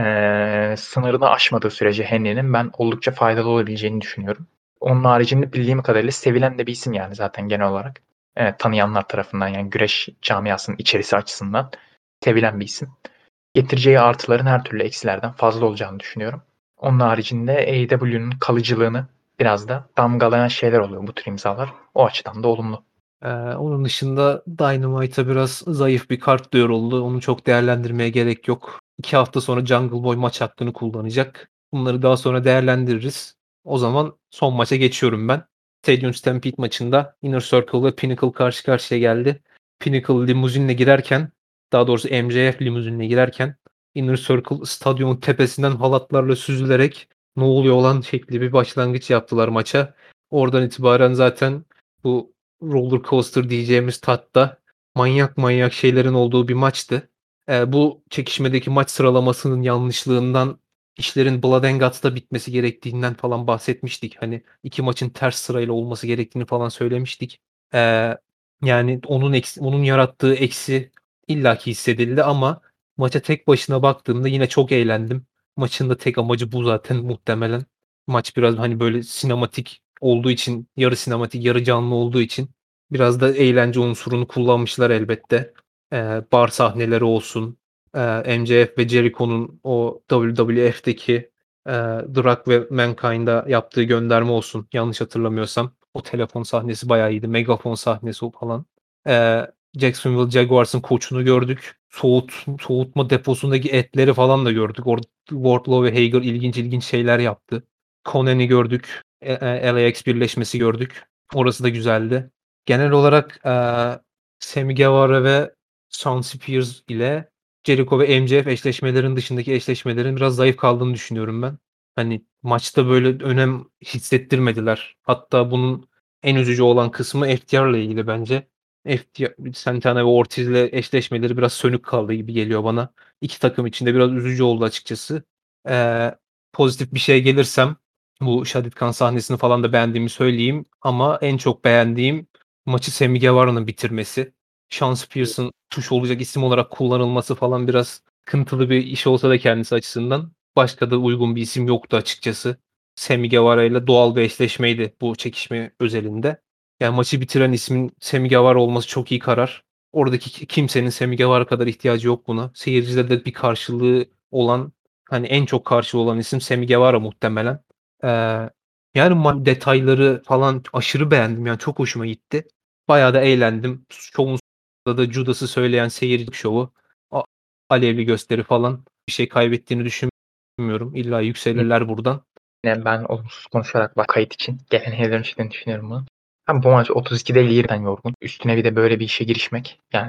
ee, sınırını aşmadığı sürece Henry'nin ben oldukça faydalı olabileceğini düşünüyorum. Onun haricinde bildiğim kadarıyla sevilen de bir isim yani zaten genel olarak. Evet, tanıyanlar tarafından yani güreş camiasının içerisi açısından sevilen bir isim. Getireceği artıların her türlü eksilerden fazla olacağını düşünüyorum. Onun haricinde A E W'nun kalıcılığını biraz da damgalayan şeyler oluyor bu tür imzalar. O açıdan da olumlu. Eee, onun dışında Dynamite'a biraz zayıf bir kart duyuruldu. Onu çok değerlendirmeye gerek yok. iki hafta sonra Jungle Boy maç hakkını kullanacak. Bunları daha sonra değerlendiririz. O zaman son maça geçiyorum ben. Stadium Stampede maçında Inner Circle ve Pinnacle karşı karşıya geldi. Pinnacle limuzinle girerken, daha doğrusu M J F limuzinle girerken Inner Circle stadyumun tepesinden halatlarla süzülerek "Ne oluyor lan?" şekli bir başlangıç yaptılar maça. Oradan itibaren zaten bu roller coaster diyeceğimiz tatta manyak manyak şeylerin olduğu bir maçtı. Eee, bu çekişmedeki maç sıralamasının yanlışlığından, işlerin Blood and Guts'ta bitmesi gerektiğinden falan bahsetmiştik. Hani iki maçın ters sırayla olması gerektiğini falan söylemiştik. Eee, yani onun eksi onun yarattığı eksi illaki hissedildi ama maça tek başına baktığımda yine çok eğlendim. Maçın da tek amacı bu zaten muhtemelen. Maç biraz, hani, böyle sinematik olduğu için, yarı sinematik, yarı canlı olduğu için biraz da eğlence unsurunu kullanmışlar elbette. Eee, bar sahneleri olsun, eee, M J F ve Jericho'nun o W W F'deki, eee, Druck ve Mankind'a yaptığı gönderme olsun, yanlış hatırlamıyorsam. O telefon sahnesi bayağı iyiydi. Megafon sahnesi o falan. Eee, Jacksonville Jaguars'ın koçunu gördük. Soğut soğutma deposundaki etleri falan da gördük. Orada Wardlow ve Hager ilginç ilginç şeyler yaptı. Konan'i gördük. E eee, L A X birleşmesi gördük. Orası da güzeldi. Genel olarak, eee, Sammy Guevara ve Shawn Spears ile Jericho ve M J F eşleşmelerin dışındaki eşleşmelerin biraz zayıf kaldığını düşünüyorum ben. Hani, maçta böyle önem hissettirmediler. Hatta bunun en üzücü olan kısmı F T R'la ilgili bence. F T R Santana ve Ortiz'le eşleşmeleri biraz sönük kaldı gibi geliyor bana. İki takım için de biraz üzücü oldu açıkçası. Eee, pozitif bir şeye gelirsem bu Shadid Khan sahnesini falan da beğendiğimi söyleyeyim ama en çok beğendiğim maçı Sammy Guevara'nın bitirmesi. Shawn Spears'ın tuş olacak isim olarak kullanılması falan biraz sıkıntılı bir iş olsa da kendisi açısından başka da uygun bir isim yoktu açıkçası. Sammy Guevara ile doğal bir eşleşmeydi bu çekişme özelinde. Yani maçı bitiren ismin Sammy Guevara olması çok iyi karar. Oradaki ki kimsenin Sammy Guevara kadar ihtiyacı yok buna. Seyircide de bir karşılığı olan, hani, en çok karşılığı olan isim Sammy Guevara muhtemelen. Eee, yani ma detayları falan aşırı beğendim. Yani çok hoşuma gitti. Bayağı da eğlendim. Şovun sonunda da Judas'ı söyleyen seyirci şovu, a alevli gösteri falan bir şey kaybettiğini düşünmüyorum. İlla yükselirler buradan. Yine ben olumsuz konuşarak bak kayıt için geleneğe dönüştüğünü düşünüyorum bunu. Ama bu maç otuz iki değil yirmiden yorgun. Üstüne bir de böyle bir işe girişmek yani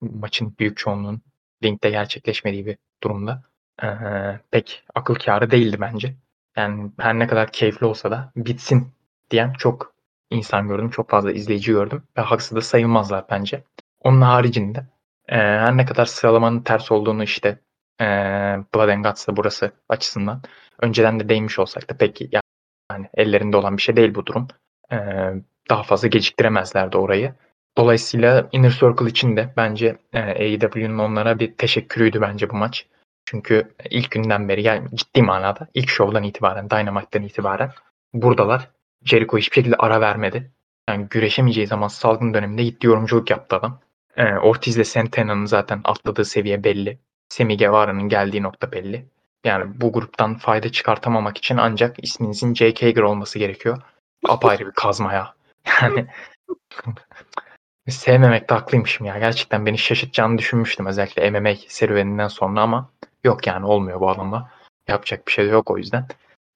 maçın büyük çoğunluğunun ringde gerçekleşmediği bir durumda e, pek akıl kârı değildi bence. Yani her ne kadar keyifli olsa da bitsin diyen çok insan gördüm. Çok fazla izleyici gördüm. Ve haksız da sayılmazlar bence. Onun haricinde e, her ne kadar sıralamanın ters olduğunu işte e, Blood and Guts'la burası açısından önceden de değinmiş olsak da pek yani ellerinde olan bir şey değil bu durum. E, daha fazla geciktiremezlerdi orayı. Dolayısıyla Inner Circle için de bence e, A E W'nun onlara bir teşekkürüydü bence bu maç. Çünkü ilk günden beri yani ciddi manada ilk şovdan itibaren, Dynamite'den itibaren buradalar. Jericho hiçbir şekilde ara vermedi. Yani güreşemeyeceği zaman salgın döneminde gitti yorumculuk yaptı adam. E, Ortiz ile Santana'nın zaten atladığı seviye belli. Sammy Guevara'nın geldiği nokta belli. Yani bu gruptan fayda çıkartamamak için ancak isminizin Jake Hager olması gerekiyor. Apayrı bir kazma ya. Yani sevmemekte haklıymışım ya. Gerçekten beni şaşırtacağını düşünmüştüm özellikle M M A serüveninden sonra ama yok yani olmuyor bu adamla. Yapacak bir şey de yok o yüzden.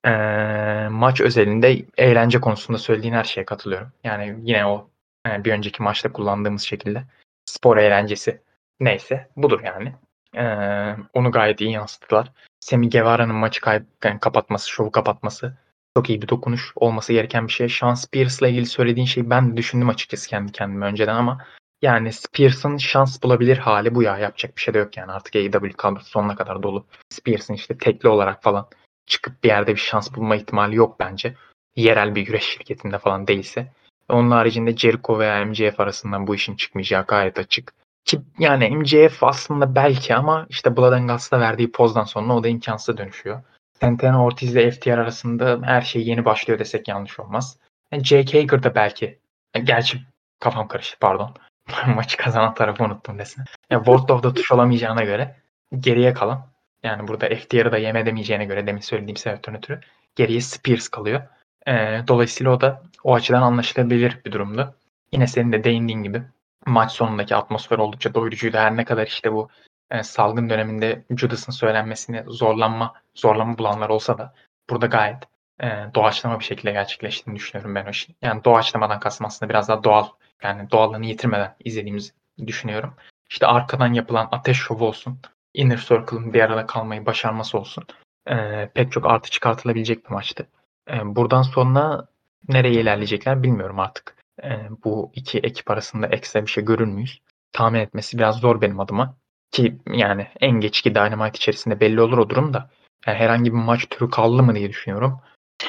Ee, maç özelinde eğlence konusunda söylediğin her şeye katılıyorum. Yani yine o e, bir önceki maçta kullandığımız şekilde spor eğlencesi neyse budur yani. Ee, onu gayet iyi yansıttılar. Sammy Guevara'nın maçı kay- yani kapatması, şovu kapatması çok iyi bir dokunuş olması gereken bir şey. Sean Spears'la ilgili söylediğin şeyi ben de düşündüm açıkçası kendi kendime önceden ama yani Spears'ın şans bulabilir hali bu ya. Yapacak bir şey de yok yani. Artık A E W kadrosu sonuna kadar dolu. Spears'ın işte tekli olarak falan çıkıp bir yerde bir şans bulma ihtimali yok bence. Yerel bir güreş şirketinde falan değilse. Onun haricinde Jericho veya M J F arasından bu işin çıkmayacağı gayet açık. Ki yani M J F aslında belki ama işte Blood and Guts'ta verdiği pozdan sonra o da imkansıza dönüşüyor. Santana Ortiz ile F T R arasında her şey yeni başlıyor desek yanlış olmaz. Yani Jake Hager da belki. Yani gerçi kafam karıştı pardon. Maçı kazanan tarafı unuttum desene. Yani World of the tuş olamayacağına göre geriye kalan yani burada F T R'ı da yem edemeyeceğine göre demin söylediğim sebepten ötürü geriye Spears kalıyor. Ee, dolayısıyla o da o açıdan anlaşılabilir bir durumdu. Yine senin de değindiğin gibi maç sonundaki atmosfer oldukça doyurucuydu. Her ne kadar işte bu e, salgın döneminde Judas'ın söylenmesini zorlanma, zorlama bulanlar olsa da burada gayet e, doğaçlama bir şekilde gerçekleştiğini düşünüyorum ben o işin. Yani doğaçlamadan kastım aslında biraz daha doğal, yani doğallığını yitirmeden izlediğimizi düşünüyorum. İşte arkadan yapılan ateş şovu olsun, Inner Circle'ın bir arada kalmayı başarması olsun. E, pek çok artı çıkartılabilecek bir maçtı. E, buradan sonra nereye ilerleyecekler bilmiyorum artık. E, bu iki ekip arasında ekstra bir şey görür müyüz? Tahmin etmesi biraz zor benim adıma. Ki yani en geç ki Dynamite içerisinde belli olur o durum da. Yani herhangi bir maç türü kaldı mı diye düşünüyorum.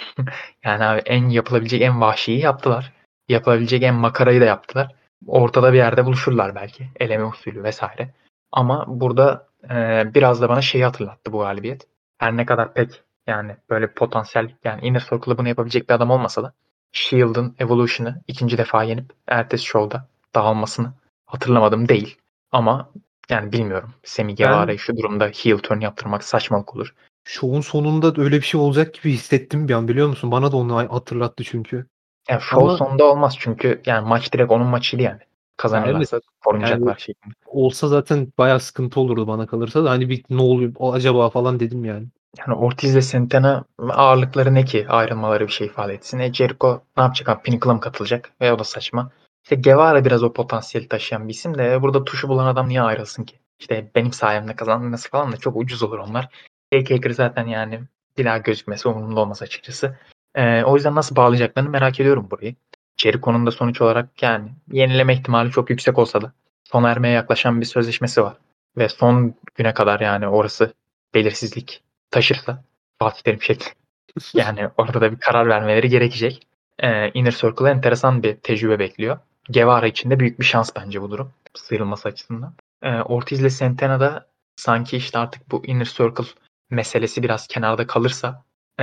Yani abi en yapılabilecek en vahşiyi yaptılar. Yapılabilecek en makarayı da yaptılar. Ortada bir yerde buluşurlar belki. Eleme usulü vesaire. Ama burada e, biraz da bana şeyi hatırlattı bu galibiyet. Her ne kadar pek yani böyle potansiyel yani Inner Circle'da bunu yapabilecek bir adam olmasa da Shield'ın Evolution'ı ikinci defa yenip ertesi show'da dağılmasını hatırlamadım değil. Ama yani bilmiyorum. Sammy Ben Guevara'yı şu durumda heel turn yaptırmak saçmalık olur. şovun sonunda da öyle bir şey olacak gibi hissettim bir an, biliyor musun? Bana da onu hatırlattı çünkü. Yani show Ama sonunda olmaz çünkü yani maç direkt onun maçıydı yani. ya evet, Kazanırlarsa yani korunacaklar şeklinde. olsa zaten bayağı sıkıntı olurdu bana kalırsa da hani bir ne oluyor o acaba falan dedim yani. Yani Ortiz ile Santana ağırlıkları ne ki ayrılmaları bir şey ifade etsin. E Jericho ne yapacak abi? Pinnacle'a mı katılacak? Ve o da saçma. İşte Guevara biraz o potansiyeli taşıyan bir isim de burada tuşu bulan adam niye ayrılsın ki? İşte benim sayemde kazanması falan da çok ucuz olur onlar. Jake Hager zaten yani bir daha gözükmesi umurumda olmaz açıkçası. E, o yüzden nasıl bağlayacaklarını merak ediyorum burayı. Jericho'nun da sonuç olarak yani yenileme ihtimali çok yüksek olsa da sona ermeye yaklaşan bir sözleşmesi var. Ve son güne kadar yani orası belirsizlik taşırsa Fatih Terim şekli. Yani orada da bir karar vermeleri gerekecek. Ee, Inner Circle'a enteresan bir tecrübe bekliyor. Guevara için de büyük bir şans bence bu durum. Sıyrılması açısından. Ee, Ortiz ile Santana'da sanki işte artık bu Inner Circle meselesi biraz kenarda kalırsa ee,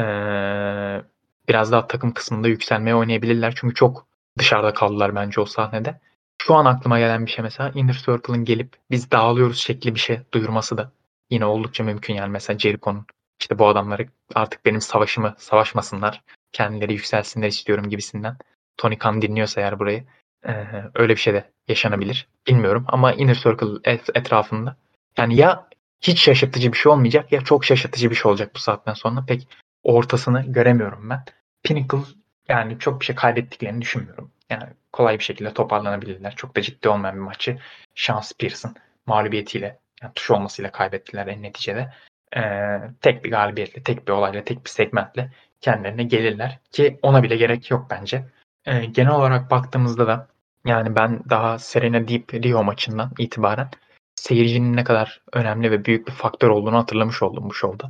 biraz daha takım kısmında yükselmeye oynayabilirler. Çünkü çok dışarıda kaldılar bence o sahnede. Şu an aklıma gelen bir şey mesela Inner Circle'ın gelip biz dağılıyoruz şekli bir şey duyurması da yine oldukça mümkün yani. Mesela Jericho'nun işte bu adamları artık benim savaşımı savaşmasınlar, kendileri yükselsinler istiyorum gibisinden. Tony Khan dinliyorsa eğer burayı e, öyle bir şey de yaşanabilir. Bilmiyorum ama Inner Circle et- etrafında yani ya hiç şaşırtıcı bir şey olmayacak ya çok şaşırtıcı bir şey olacak bu saatten sonra. Pek ortasını göremiyorum ben. Pinnacle yani çok bir şey kaybettiklerini düşünmüyorum. Yani kolay bir şekilde toparlanabilirler. Çok da ciddi olmayan bir maçı. Sean Spears'ın mağlubiyetiyle, yani tuş olmasıyla kaybettiler en neticede. Eee, tek bir galibiyetle, tek bir olayla, tek bir segmentle kendilerine gelirler ki ona bile gerek yok bence. Eee, genel olarak baktığımızda da yani ben daha Serena Deeb Rio maçından itibaren seyircinin ne kadar önemli ve büyük bir faktör olduğunu hatırlamış oldum bu şovda.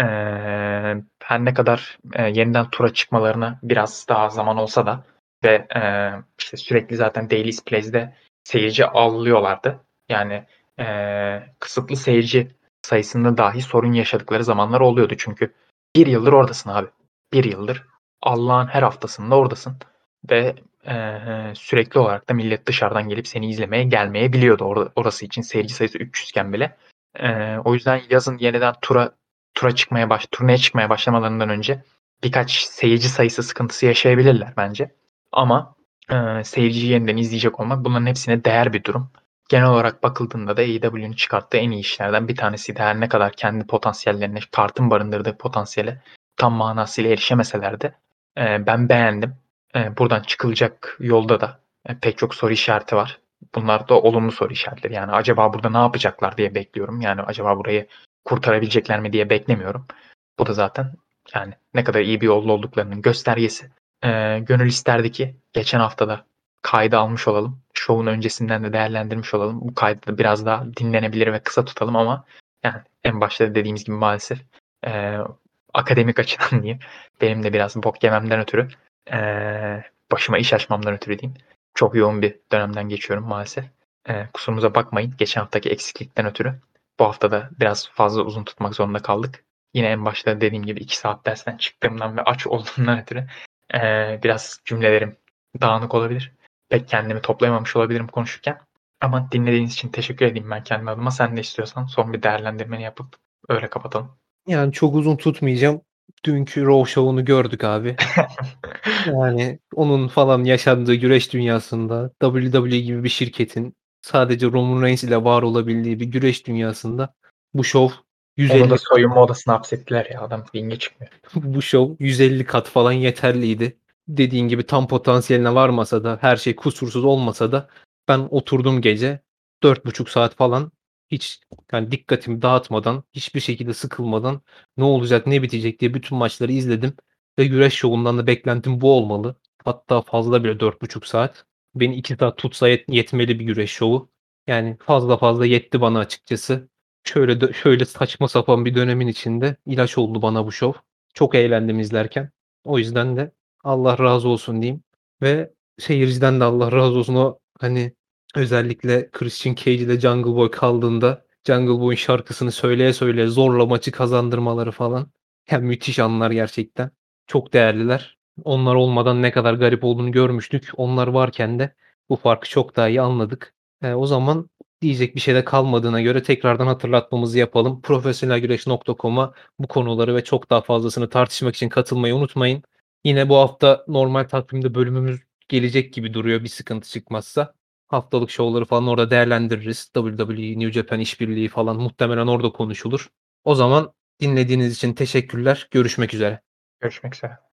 Eee, her ne kadar e, yeniden tura çıkmalarına biraz daha zaman olsa da ve e, işte sürekli zaten Daily's Place'de seyirci avlıyorlardı. Yani e, kısıtlı seyirci sayısında dahi sorun yaşadıkları zamanlar oluyordu. Çünkü bir yıldır oradasın abi. Bir yıldır Allah'ın her haftasında oradasın. Ve e, sürekli olarak da millet dışarıdan gelip seni izlemeye gelmeyebiliyordu. Or- orası için seyirci sayısı üç yüz iken bile. E, o yüzden yazın yeniden tura tura çıkmaya baş, turneye çıkmaya başlamalarından önce birkaç seyirci sayısı sıkıntısı yaşayabilirler bence. Ama e, seyirciyi yeniden izleyecek olmak bunların hepsine değer bir durum. Genel olarak bakıldığında da A E W'nin çıkarttığı en iyi işlerden bir tanesiydi. Her ne kadar kendi potansiyellerine, kartın barındırdığı potansiyele tam manasıyla erişemeseler de e, ben beğendim. E, buradan çıkılacak yolda da e, pek çok soru işareti var. Bunlar da olumlu soru işaretleri. Yani acaba burada ne yapacaklar diye bekliyorum. Yani acaba burayı kurtarabilecekler mi diye beklemiyorum. Bu da zaten yani ne kadar iyi bir yolda olduklarının göstergesi. Ee, gönül isterdi ki geçen haftada kaydı almış olalım. Şovun öncesinden de değerlendirmiş olalım. Bu kaydı da biraz daha dinlenebilir ve kısa tutalım ama yani en başta da dediğimiz gibi maalesef e, akademik açıdan diyeyim. Benim de biraz bok yememden ötürü e, başıma iş açmamdan ötürü diyeyim. Çok yoğun bir dönemden geçiyorum maalesef. E, kusurumuza bakmayın. Geçen haftaki eksiklikten ötürü. Bu hafta da biraz fazla uzun tutmak zorunda kaldık. Yine en başta dediğim gibi iki saat dersten çıktığımdan ve aç olduğumdan ötürü ee, biraz cümlelerim dağınık olabilir. Pek kendimi toplayamamış olabilirim konuşurken. Ama dinlediğiniz için teşekkür edeyim ben kendi adıma. Sen de istiyorsan son bir değerlendirmeni yapıp öyle kapatalım. Yani çok uzun tutmayacağım. Dünkü Raw Show'unu gördük abi. Yani onun falan yaşandığı güreş dünyasında W W E gibi bir şirketin sadece Roman Reigns ile var olabildiği bir güreş dünyasında bu şov Onu da yüz elli kat soyunma odasına hapsettiler ya. Adam ringe çıkmıyor. bu şov yüz elli kat falan yeterliydi. Dediğin gibi tam potansiyeline varmasa da her şey kusursuz olmasa da ben oturdum gece dört buçuk saat falan hiç yani dikkatimi dağıtmadan hiçbir şekilde sıkılmadan ne olacak ne bitecek diye bütün maçları izledim ve güreş şovundan da beklentim bu olmalı. Hatta fazla bile dört buçuk saat. Beni iki saat tutsa yet- yetmeli bir güreş şovu. Yani fazla fazla yetti bana açıkçası. Şöyle dö- şöyle saçma sapan bir dönemin içinde ilaç oldu bana bu şov. Çok eğlendim izlerken. O yüzden de Allah razı olsun diyeyim ve seyirciden de Allah razı olsun. O, hani, özellikle Christian Cage ile Jungle Boy kaldığında Jungle Boy'un şarkısını söyleye söyleye zorla maçı kazandırmaları falan. Ya, müthiş anlar gerçekten. Çok değerliler. Onlar olmadan ne kadar garip olduğunu görmüştük. Onlar varken de bu farkı çok daha iyi anladık. Eee, o zaman diyecek bir şey de kalmadığına göre tekrardan hatırlatmamızı yapalım. profesyonelgüreş nokta com'a bu konuları ve çok daha fazlasını tartışmak için katılmayı unutmayın. Yine bu hafta normal takvimde bölümümüz gelecek gibi duruyor bir sıkıntı çıkmazsa. Haftalık şovları falan orada değerlendiririz. W W E, New Japan işbirliği falan muhtemelen orada konuşulur. O zaman dinlediğiniz için teşekkürler. Görüşmek üzere. Görüşmek üzere.